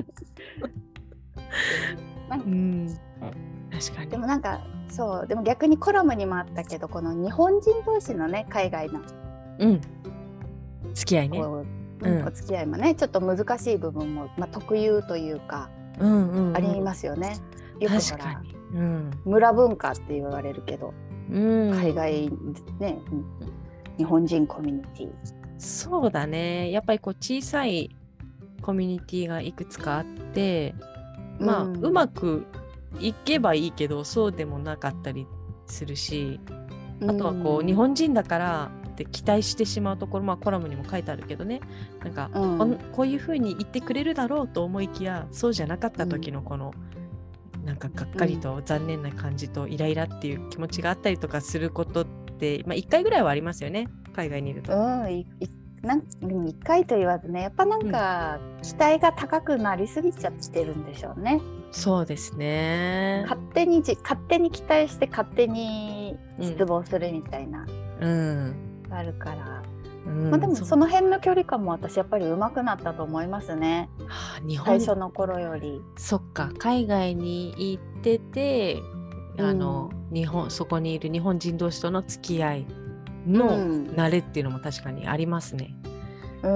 なんかうん、確かに。でもなんかそうでも逆にコラムにもあったけどこの日本人同士のね海外の、 うん、付き合いね、 うん、お付き合いもねちょっと難しい部分も、まあ、特有というか、うんうんうん、ありますよね。よくほら、うん、村文化って言われるけど、うん、海外ね、うん日本人コミュニティそうだねやっぱりこう小さいコミュニティがいくつかあってまあ、うん、うまくいけばいいけどそうでもなかったりするしあとはこう、うん、日本人だからって期待してしまうところまあコラムにも書いてあるけどねなんか、うん、こ, こういう風に言ってくれるだろうと思いきやそうじゃなかった時のこの、うん、なんかがっかりと残念な感じとイライラっていう気持ちがあったりとかすることってまあ、いっかいぐらいはありますよね海外にいると。 うんいなんいっかいと言わずねやっぱなんか、うん、期待が高くなりすぎちゃってるんでしょうね。 そうですね勝手に勝手に期待して勝手に失望するみたいな、うん、あるから、うんまあ、でもその辺の距離感も私やっぱり上手くなったと思いますね、はあ、日本最初の頃より。 そっか海外に行っててあの、うん日本そこにいる日本人同士との付き合いの慣れっていうのも確かにありますね。 うん、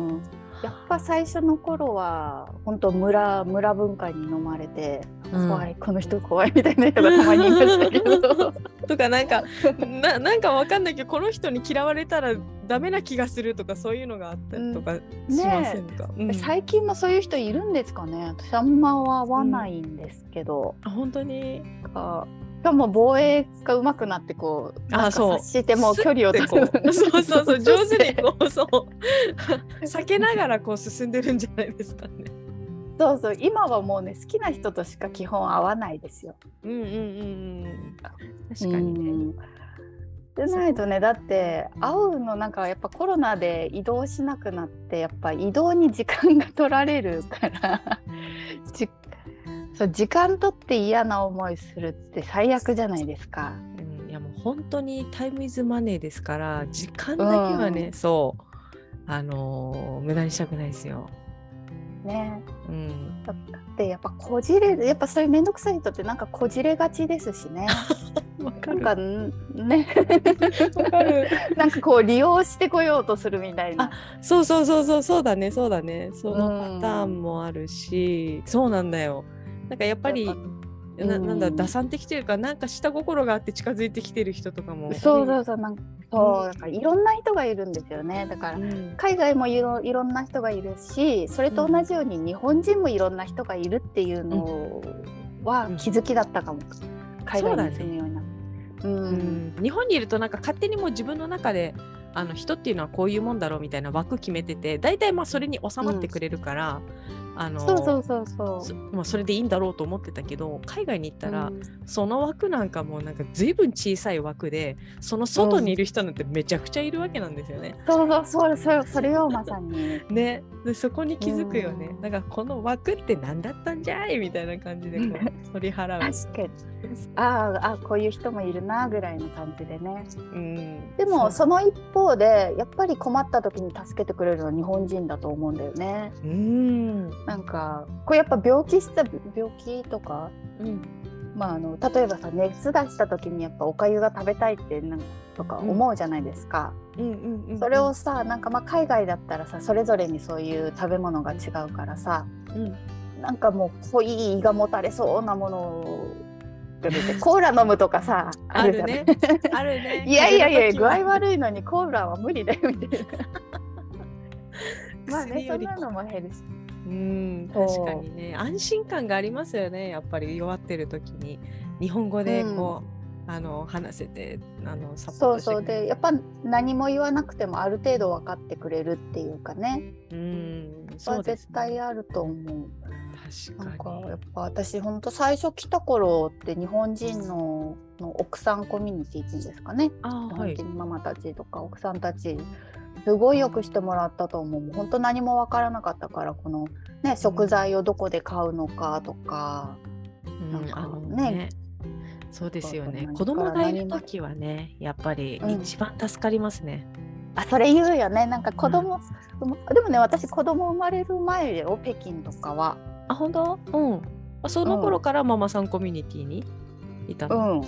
うん、やっぱ最初の頃は本当村村文化に飲まれて、うん、怖いこの人怖いみたいな人がたまにいましたけどとかなんかななんかわかんないけどこの人に嫌われたらダメな気がするとかそういうのがあったりとかしませんか？ うんねうん、最近もそういう人いるんですかね。私あんまは合わないんですけど、 うん、あ本当にかしかも防衛が上手くなってこうなんか察しても距離を取るそうそうそう上手にこうそう避けながらこう進んでるんじゃないですかね。 そうそう今はもうね好きな人としか基本会わないですよ。 うんうんうんうん確かにね。うんでないとねだって会うのなんかやっぱコロナで移動しなくなってやっぱ移動に時間が取られるからじそう時間取って嫌な思いするって最悪じゃないですか。 うん、いやもう本当にタイムイズマネーですから時間だけはね、うん、そうあのー、無駄にしたくないですよ。 ね、うん、だってやっぱこじれやっぱそういうめんどくさい人ってなんかこじれがちですしね。 わかる。 なんかねわかる。なんかこう利用してこようとするみたいな。 あ、そうそうそうそうそうだねそうだねそのパターンもあるし、うん、そうなんだよ。なんかやっぱりな, なんだ打算的というかなんか下心があって近づいてきてる人とかもそうそうそうなんかそう、うん、なんかいろんな人がいるんですよね。だから、うん、海外もい ろ, いろんな人がいるしそれと同じように日本人もいろんな人がいるっていうのは気づきだったかも、うん、海外に住むようになって、うんうん、 日本にいるとなんか勝手にもう自分の中であの人っていうのはこういうもんだろうみたいな枠決めてて大体まあそれに収まってくれるから、うん、あのそうそうそうそうそ、まあ、それでいいんだろうと思ってたけど海外に行ったら、うん、その枠なんかもうなんか随分小さい枠でその外にいる人なんてめちゃくちゃいるわけなんですよね、 うん、そうそうそうそれよまさにねでそこに気づくよね、うん、だからこの枠って何だったんじゃいみたいな感じでこう取り払う確かにああこういう人もいるなぐらいの感じでね、うん、でも そ, その一方でやっぱり困った時に助けてくれるのは日本人だと思うんだよね。うんなんかこれやっぱ病気した病気とか、うんまあ、あの例えばさ熱出した時にやっぱおかゆが食べたいってなんとか思うじゃないですか、うんうんうんうん、それをさなんかまあ海外だったらさそれぞれにそういう食べ物が違うからさ、うん、なんかもう濃い胃がもたれそうなものをコーラ飲むとかさあるねあるねいやいやいや具合悪いのにコーラは無理だよみたいなまあねそんなのも減るしうん確かにね安心感がありますよねやっぱり弱ってる時に日本語でこう、うん、あの話せてあのサポートしてくれるそうそうでやっぱ何も言わなくてもある程度分かってくれるっていうかねうんそうですね絶対あると思う。 確かになんかやっぱ私ほんと最初来た頃って日本人 の, の奥さんコミュニティっていうんですかねあ、はい、日本人ママたちとか奥さんたちすごいよくしてもらったと思う。本当何も分からなかったからこの、ね、食材をどこで買うのかとか、うん、なんか ね,、ねそうですよね子供がいる時はねやっぱり一番助かりますね、 うん、あそれ言うよねなんか子供、うん、でもね私子供生まれる前よ北京とかはあ、本当？うん。その頃からママさんコミュニティにいたの？うん。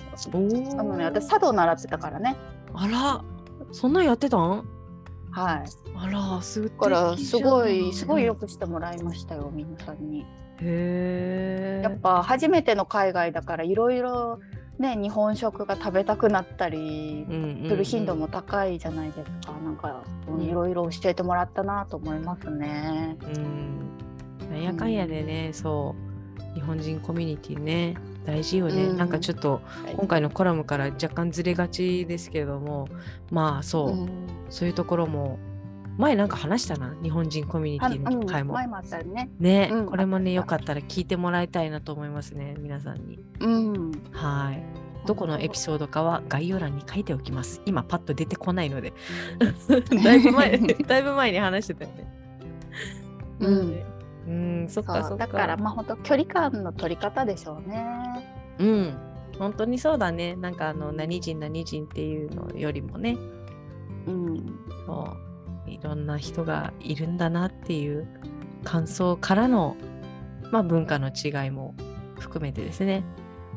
あのね、私茶道習ってたからね。 あら、そんなんやってたん？ はい。 あら、すごい。 からすごいすごいよくしてもらいましたよ、皆さんに。へえ。やっぱ初めての海外だからいろいろね日本食が食べたくなったりする頻度も高いじゃないですか。うんうんうん、なんかいろいろ教えてもらったなと思いますね。うんなんやかんやでね、うん、そう日本人コミュニティね大事よね、うん、なんかちょっと今回のコラムから若干ずれがちですけれどもまあそう、うん、そういうところも前なんか話したな日本人コミュニティの回も、 うん、前もあったね、 ね、うん、これもねよかったら聞いてもらいたいなと思いますね皆さんに、うん、はいどこのエピソードかは概要欄に書いておきます今パッと出てこないのでだいぶ前だいぶ前に話してたよねうんうん、そっかそっかだからまあ本当距離感の取り方でしょうね。 うん本当にそうだねなんかあの何人何人っていうのよりもね、うん、そういろんな人がいるんだなっていう感想からの、まあ、文化の違いも含めてですね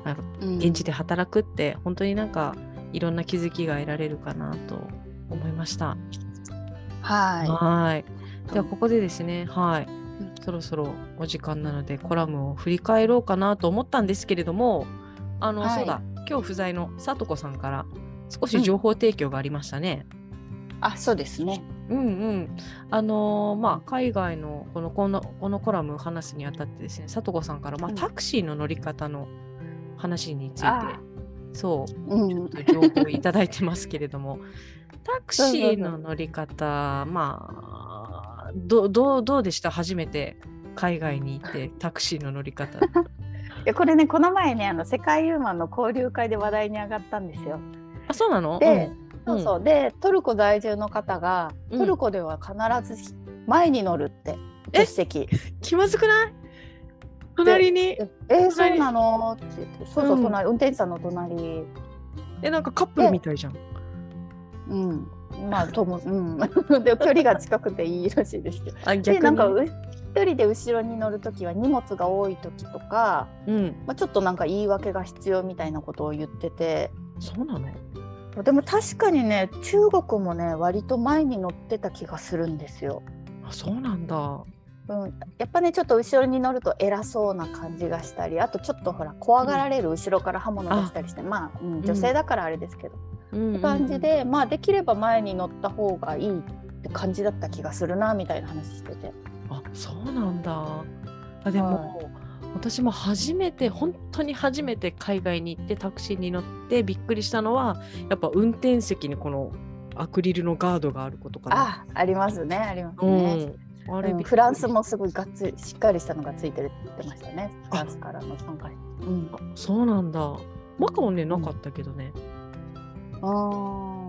現地で働くって本当になんかいろんな気づきが得られるかなと思いました。 はい。 はい。ではここでですね、はい、そろそろお時間なのでコラムを振り返ろうかなと思ったんですけれども、あの、はい、そうだ、今日不在のさとこさんから少し情報提供がありましたね。 うん、あ、そうですね。 うんうん。あのー、まあ海外のこのこのこのコラムを話すにあたってですね、さとこさんからまあタクシーの乗り方の話について、うん、そう、うん、ちょっと情報をいただいてますけれども、タクシーの乗り方、まあどどどうでした？初めて海外に行ってタクシーの乗り方。いやこれね、この前ね、あの世界ユーマンの交流会で話題に上がったんですよ。 あ、そうなの？ で、 うん、 そうそう、でトルコ在住の方が、うん、トルコでは必ず前に乗るって助手席。 気まずくない？隣に。 えー、そうなのって言って、そうそう、隣、うん、運転手さんの隣。 え、なんかカップルみたいじゃん。 うん、まあとも、うん、で距離が近くていいらしいですけど。 あ、逆に。 で、なんか一人で後ろに乗るときは荷物が多いときとか、うんまあ、ちょっとなんか言い訳が必要みたいなことを言ってて。 そうなの？ でも確かにね、中国もね割と前に乗ってた気がするんですよ。 あ、そうなんだ。 うん、やっぱねちょっと後ろに乗ると偉そうな感じがしたり、あとちょっとほら怖がられる、後ろから刃物出したりして、うん、まあ、うん、女性だからあれですけど、うん、って感じで、まあできれば前に乗った方がいいって感じだった気がするなみたいな話してて。 あ、そうなんだ。あ、でも、はい、私も初めて本当に初めて海外に行ってタクシーに乗ってびっくりしたのはやっぱ運転席にこのアクリルのガードがあることかな。 あ、ありますね、ありますね。うん、あれ、うん、フランスもすごいがっつりしっかりしたのがついてるって言ってましたね。フランスからの参加、 うん、あ、そうなんだ。マカオねなかったけどね。 うん、あ、うん、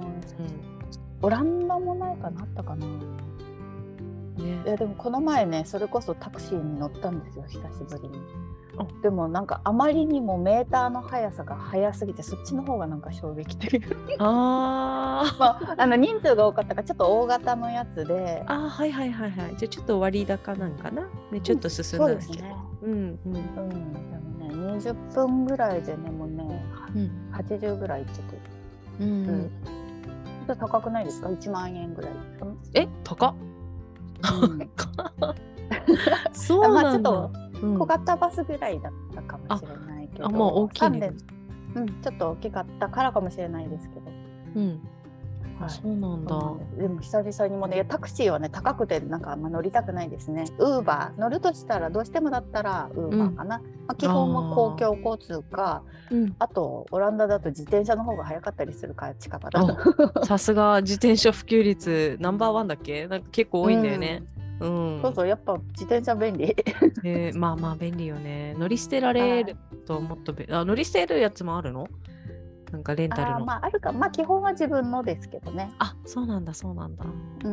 オランダもないかな、あったかな。ね、いやでもこの前ね、それこそタクシーに乗ったんですよ、久しぶりに。でもなんかあまりにもメーターの速さが速すぎて、そっちの方がなんか衝撃的。 あ、 まあ、あの人数が多かったからちょっと大型のやつで。 あ、はいはいはいはい。じゃあちょっと割高なんかな、ね、ちょっと進んだんですけど、うん、うんうん、 うん、でもねにじゅっぷんぐらいでね、もうね、うん、はちじゅうぐらい行ってて、うん、うん、ちょっと高くないですか？いちまんえんぐらい。 え、高っ、うん、そうなんだ。まあ、ちょっと小型バスぐらいだったかもしれないけど、 あ、もう大きいね。 うん、ちょっと大きかったからかもしれないですけど、 うん、はい、そうなんだ。 でも久々にもね、タクシーはね高くてなんかあんま乗りたくないですね。ウーバー乗るとしたらどうしてもだったらウーバーかな、うん、まあ、基本は公共交通か、 あ,、うん、あとオランダだと自転車の方が早かったりするから近場だと。 さすが自転車普及率ナンバーワンだっけ？なんか結構多いんだよね。うん、 そうそう、やっぱ自転車便利。 えー、まあまあ便利よね。乗り捨てられるともっとべあ乗り捨てるやつもあるの？なんかレンタルの。 あ、まあ、あるか、まあ基本は自分のですけどね。 あ、そうなんだそうなんだ。 うん。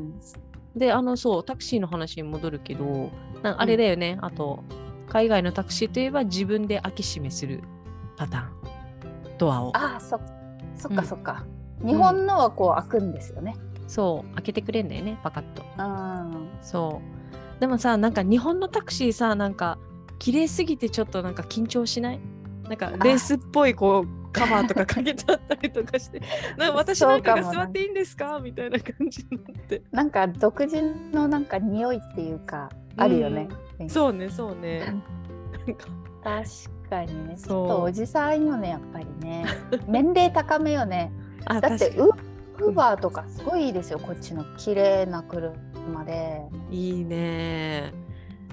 で、あのそうタクシーの話に戻るけど、なんかあれだよね、うん、あと海外のタクシーといえば自分で開け閉めするパターン、ドアを。 あ、そそっかそっか、うん、日本のはこう開くんですよね。 そう開けてくれんだよね、パカッと。 あ、 そうでもさ、なんか日本のタクシーさ、なんか綺麗すぎてちょっとなんか緊張しない？なんかレースっぽいこうカバーとかかけちゃったりとかしてなんか私なんかが座っていいんですかみたいな感じになって、 なんか独自のなんか匂いっていうかあるよね、 うん、そうねそうね確かにね、ちょっとおじさんよねやっぱりね。年齢高めよね。 あ、 だってウーバーとかすごいいいですよ、こっちの綺麗な車で。 いいね、うん、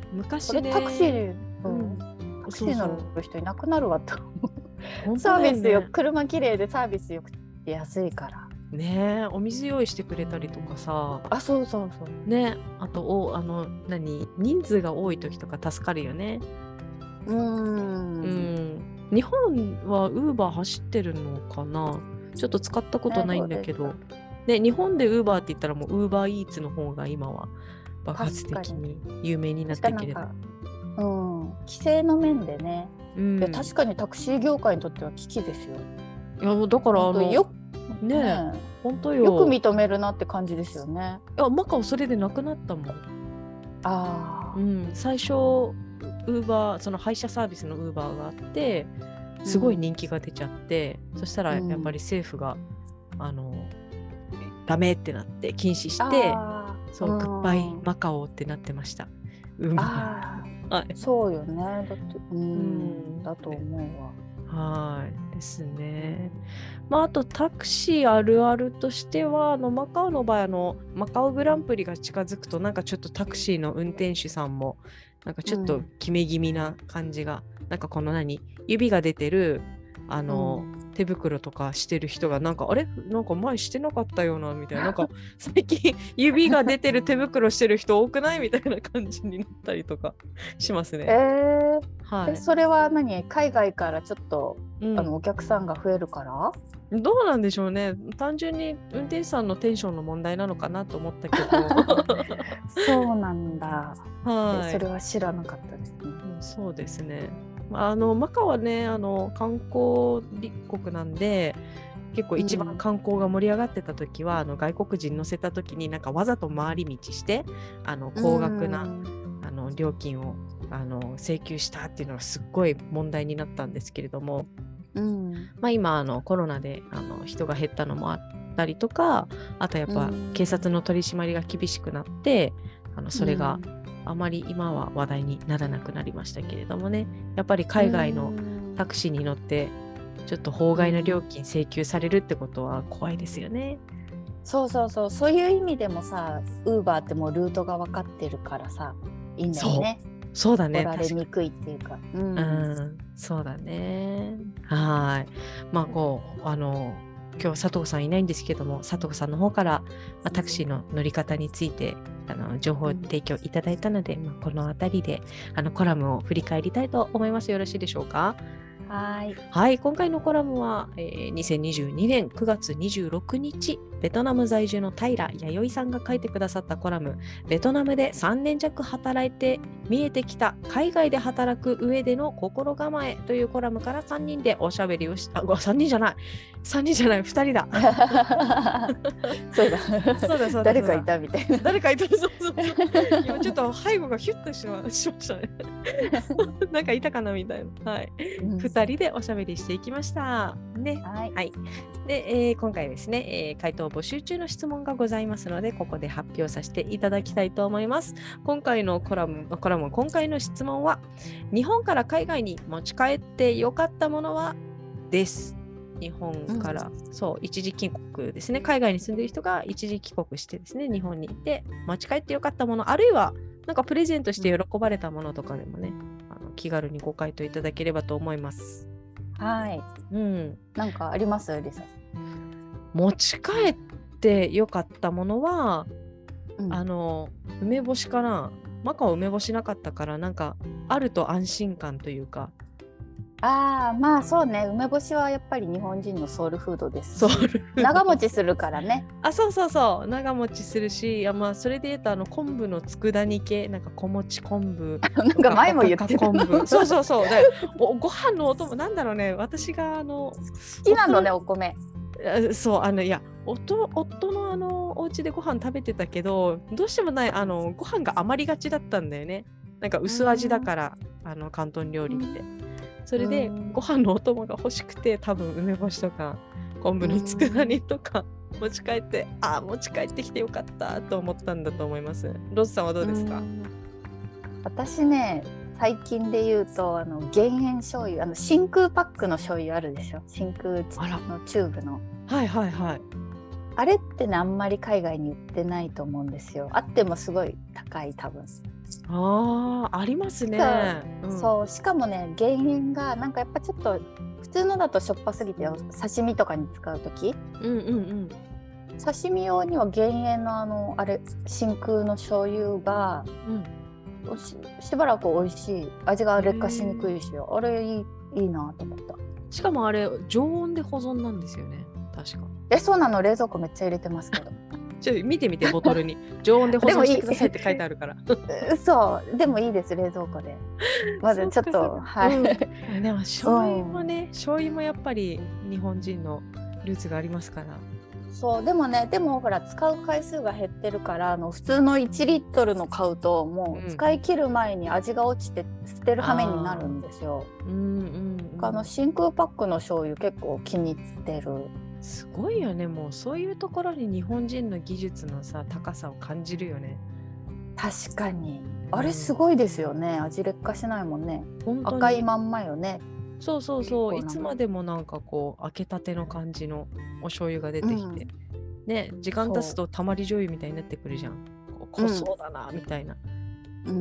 昔ねタクシー、うん、タクシー乗る人いなくなるわと思う。サービスよ、車綺麗でサービスよくて安いからね。お水用意してくれたりとかさ。 あ、そうそうそうね。あとおあの何人数が多い時とか助かるよね。 うーん、 うん、日本はウーバー走ってるのかな、ちょっと使ったことないんだけど、で日本でウーバーって言ったらもうウーバーイーツの方が今は爆発的に有名になってければ、 うん、規制の面でね、うん、いや確かにタクシー業界にとっては危機ですよ。 いやだからあのよねえ、ね、本当よ、 よく認めるなって感じですよね。 いやマカオそれでなくなったもん。 あ、 うん、最初ウーバーその配車サービスのウーバーがあってすごい人気が出ちゃって、うん、そしたらやっぱり政府が、うん、あのダメってなって禁止してそう、グッバイマカオってなってました。ウーバー、はい、 そうよね。だって、うん、うん、だと思うわ。 はいですね。まあ、あとタクシーあるあるとしてはあのマカオの場合あのマカオグランプリが近づくとなんかちょっとタクシーの運転手さんもなんかちょっと決め気味な感じが、うん、なんかこの何指が出てるあの、うん、手袋とかしてる人がなんかあれなんか前してなかったようなみたいななんか最近指が出てる手袋してる人多くないみたいな感じになったりとかしますね。 えーはい、 それは何海外からちょっと、うん、あのお客さんが増えるからどうなんでしょうね。単純に運転手さんのテンションの問題なのかなと思ったけどそうなんだ。 はい、 それは知らなかったですね。 うん、そうですね。あのマカオはねあの観光立国なんで結構一番観光が盛り上がってた時は、うん、あの外国人乗せた時になんかわざと回り道してあの高額な、うん、あの料金をあの請求したっていうのがすっごい問題になったんですけれども、うんまあ、今あのコロナであの人が減ったのもあったりとかあとやっぱ警察の取り締まりが厳しくなってあのそれが、うんあまり今は話題にならなくなりましたけれどもねやっぱり海外のタクシーに乗ってちょっと法外な料金請求されるってことは怖いですよね。 そうそうそうそういう意味でもさウーバーってもうルートが分かってるからさいいんだよね。 そうだね。 取られにくいっていうか、 うん、うん、そうだね。はいまあこうあの今日佐藤さんいないんですけども佐藤さんの方から、まあ、タクシーの乗り方についてあの情報提供いただいたので、うんまあ、このあたりであのコラムを振り返りたいと思います。よろしいでしょうか。 はい、 はい、今回のコラムは、えー、にせんにじゅうにねんくがつにじゅうろくにちベトナム在住の平弥生さんが書いてくださったコラムベトナムでさんねん弱働いて見えてきた海外で働く上での心構えというコラムからさんにんでおしゃべりをしあさんにんじゃないさんにんじゃないふたりだそうだそうだそうだ誰かいたみたいな誰かいたそうそうそう今ちょっと背後がヒュッとしましたねなんかいたかなみたいな、はいうん、ふたりでおしゃべりしていきましたね。はい、はい、で、えー、今回ですね、えー、回答募集中の質問がございますのでここで発表させていただきたいと思います。今回のコラムコラム今回の質問は日本から海外に持ち帰ってよかったものはです。日本から、うん、そう一時帰国ですね。海外に住んでいる人が一時帰国してですね日本に行って持ち帰ってよかったものあるいはなんかプレゼントして喜ばれたものとかでもね、あの気軽にご回答いただければと思います。 はい、うん、なんかありますリサ？ 持ち帰ってよかったものは、うん、あの梅干しかな。マカオ梅干しなかったからなんかあると安心感というか。 ああまあそうね梅干しはやっぱり日本人のソウルフードです。 ソウルフード長持ちするからね。 あそうそうそう長持ちするしいや、まあ、それで言うとあの昆布の佃煮系なんか小餅昆布なんか前も言ってた昆布そうそうそうだおご飯のお供なんだろうね私があの好きなのねお米そうあのいや夫夫のあのお家でご飯食べてたけどどうしてもないあのご飯が余りがちだったんだよね。なんか薄味だからあの広東料理ってそれでご飯のお供が欲しくて多分梅干しとか昆布の佃煮とか持ち帰ってああ持ち帰ってきてよかったと思ったんだと思います。ロズさんはどうですか？ 私ね最近で言うとあの減塩醤油あの真空パックの醤油あるでしょ真空のチューブのはいはいはいあれってねあんまり海外に売ってないと思うんですよ。あってもすごい高い多分。 ああありますね。 うん、そうしかもね減塩がなんかやっぱちょっと普通のだとしょっぱすぎて刺身とかに使うとき、 うんうんうん、 刺身用には減塩のあのあれ真空の醤油が、うん、し, しばらく美味しい味が劣化しにくいしあれいいいいなと思った。 しかもあれ常温で保存なんですよね確か。 えそうなの冷蔵庫めっちゃ入れてますけどちょっと見てみてボトルに常温で保存してくださいって書いてあるからそうでもいいです冷蔵庫でまずちょっとはい、うん、 でも醤油もね醤油もやっぱり日本人のルーツがありますから。 そうでもねでもほら使う回数が減ってるからあの普通のいちリットルの買うともう使い切る前に味が落ちて捨てる羽目になるんですよ。 うんうんうん、 あの真空パックの醤油結構気に入ってる。 すごいよね。もうそういうところに日本人の技術のさ高さを感じるよね。 確かにあれすごいですよね、うん、味劣化しないもんね。赤いまんまよね。 そうそうそういつまでもなんかこう開けたての感じのお醤油が出てきて、うん、ね時間経つとたまり醤油みたいになってくるじゃん。こう濃そうだな、うん、みたいな、 うん、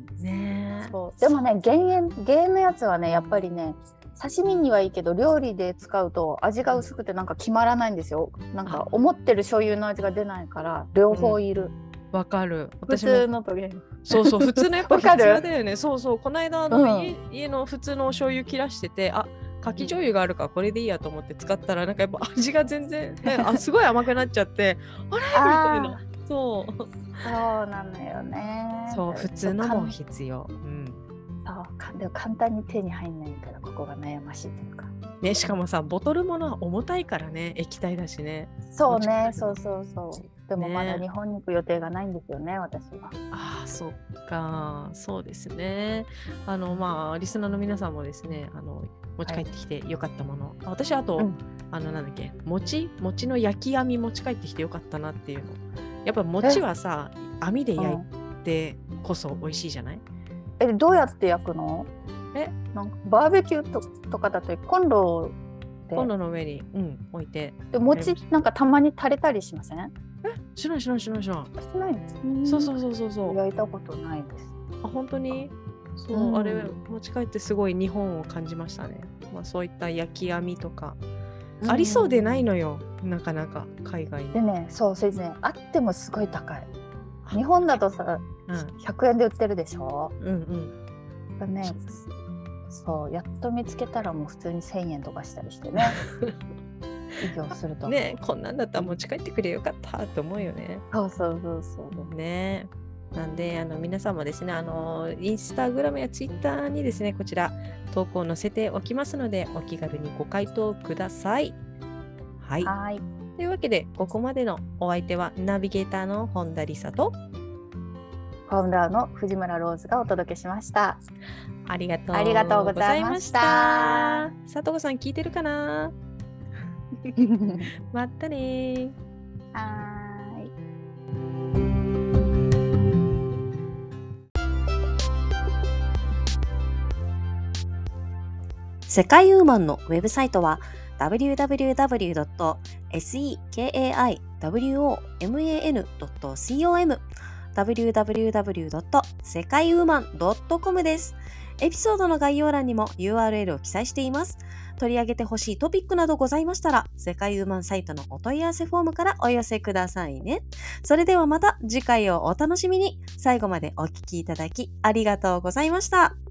ねそうでもね減塩減塩のやつはねやっぱりね刺身にはいいけど料理で使うと味が薄くてなんか決まらないんですよ。なんか思ってる醤油の味が出ないから両方いる。 わ、うん、かる。 私も普通のとげそうそう普通のやっぱ必要だよね。そうそうこの間あの、うん、家, 家の普通のお醤油切らしててあかき醤油があるからこれでいいやと思って使ったらなんかやっぱ味が全然、ね、あすごい甘くなっちゃってあれみたいな。そうそうなのよね。 そう普通のも必要。うんそうかでも簡単に手に入んないからここが悩ましいというか、 ね、しかもさボトルものは重たいからね液体だしね。 そうねそうそうそうでもまだ日本に行く予定がないんですよね、ね私は。 ああそっかそうですね。あのまあリスナーの皆さんもですねあの持ち帰ってきてよかったもの、はい、私あと、うん、あのなんだっけ餅餅の焼き網持ち帰ってきてよかったなっていうの。やっぱ餅はさ網で焼いてこそ美味しいじゃない。 えどうやって焼くの？えなんかバーベキュー と, とかだとコンロでコンロの上に、うん、置いてで餅なんかたまに垂れたりしません？えしないしないしないしないしないです。 そうそうそうそうそう焼いたことないです。 あ本当にそう、うん、あれ持ち帰ってすごい日本を感じましたね。まあ、そういった焼き網とか、うん、ありそうでないのよなかなか海外にでねそうそれでねあってもすごい高い。日本だとさ、うん、ひゃくえんで売ってるでしょ。うんうんね、そうやっと見つけたらもう普通にせんえんとかしたりしてね営業するとねこんなんだったら持ち帰ってくれよかったって思うよね。 そうそうそうそうね。なんであの皆さんもですねあのインスタグラムやツイッターにですねこちら投稿を載せておきますのでお気軽にご回答ください。はい。はいというわけでここまでのお相手はナビゲーターの本田理沙とファウンダーの藤村ローズがお届けしました。 ありがとうありがとうございました。 佐藤さん聞いてるかなまたねはーい。 世界ウーマンのウェブサイトは ダブリューダブリューダブリュードットセカイウーマンドットコム ダブリューダブリューダブリュードットセカイウーマンドットコム です。エピソードの概要欄にも ユーアールエル を記載しています。取り上げてほしいトピックなどございましたら、世界ウーマンサイトのお問い合わせフォームからお寄せくださいね。それではまた次回をお楽しみに。最後までお聞きいただきありがとうございました。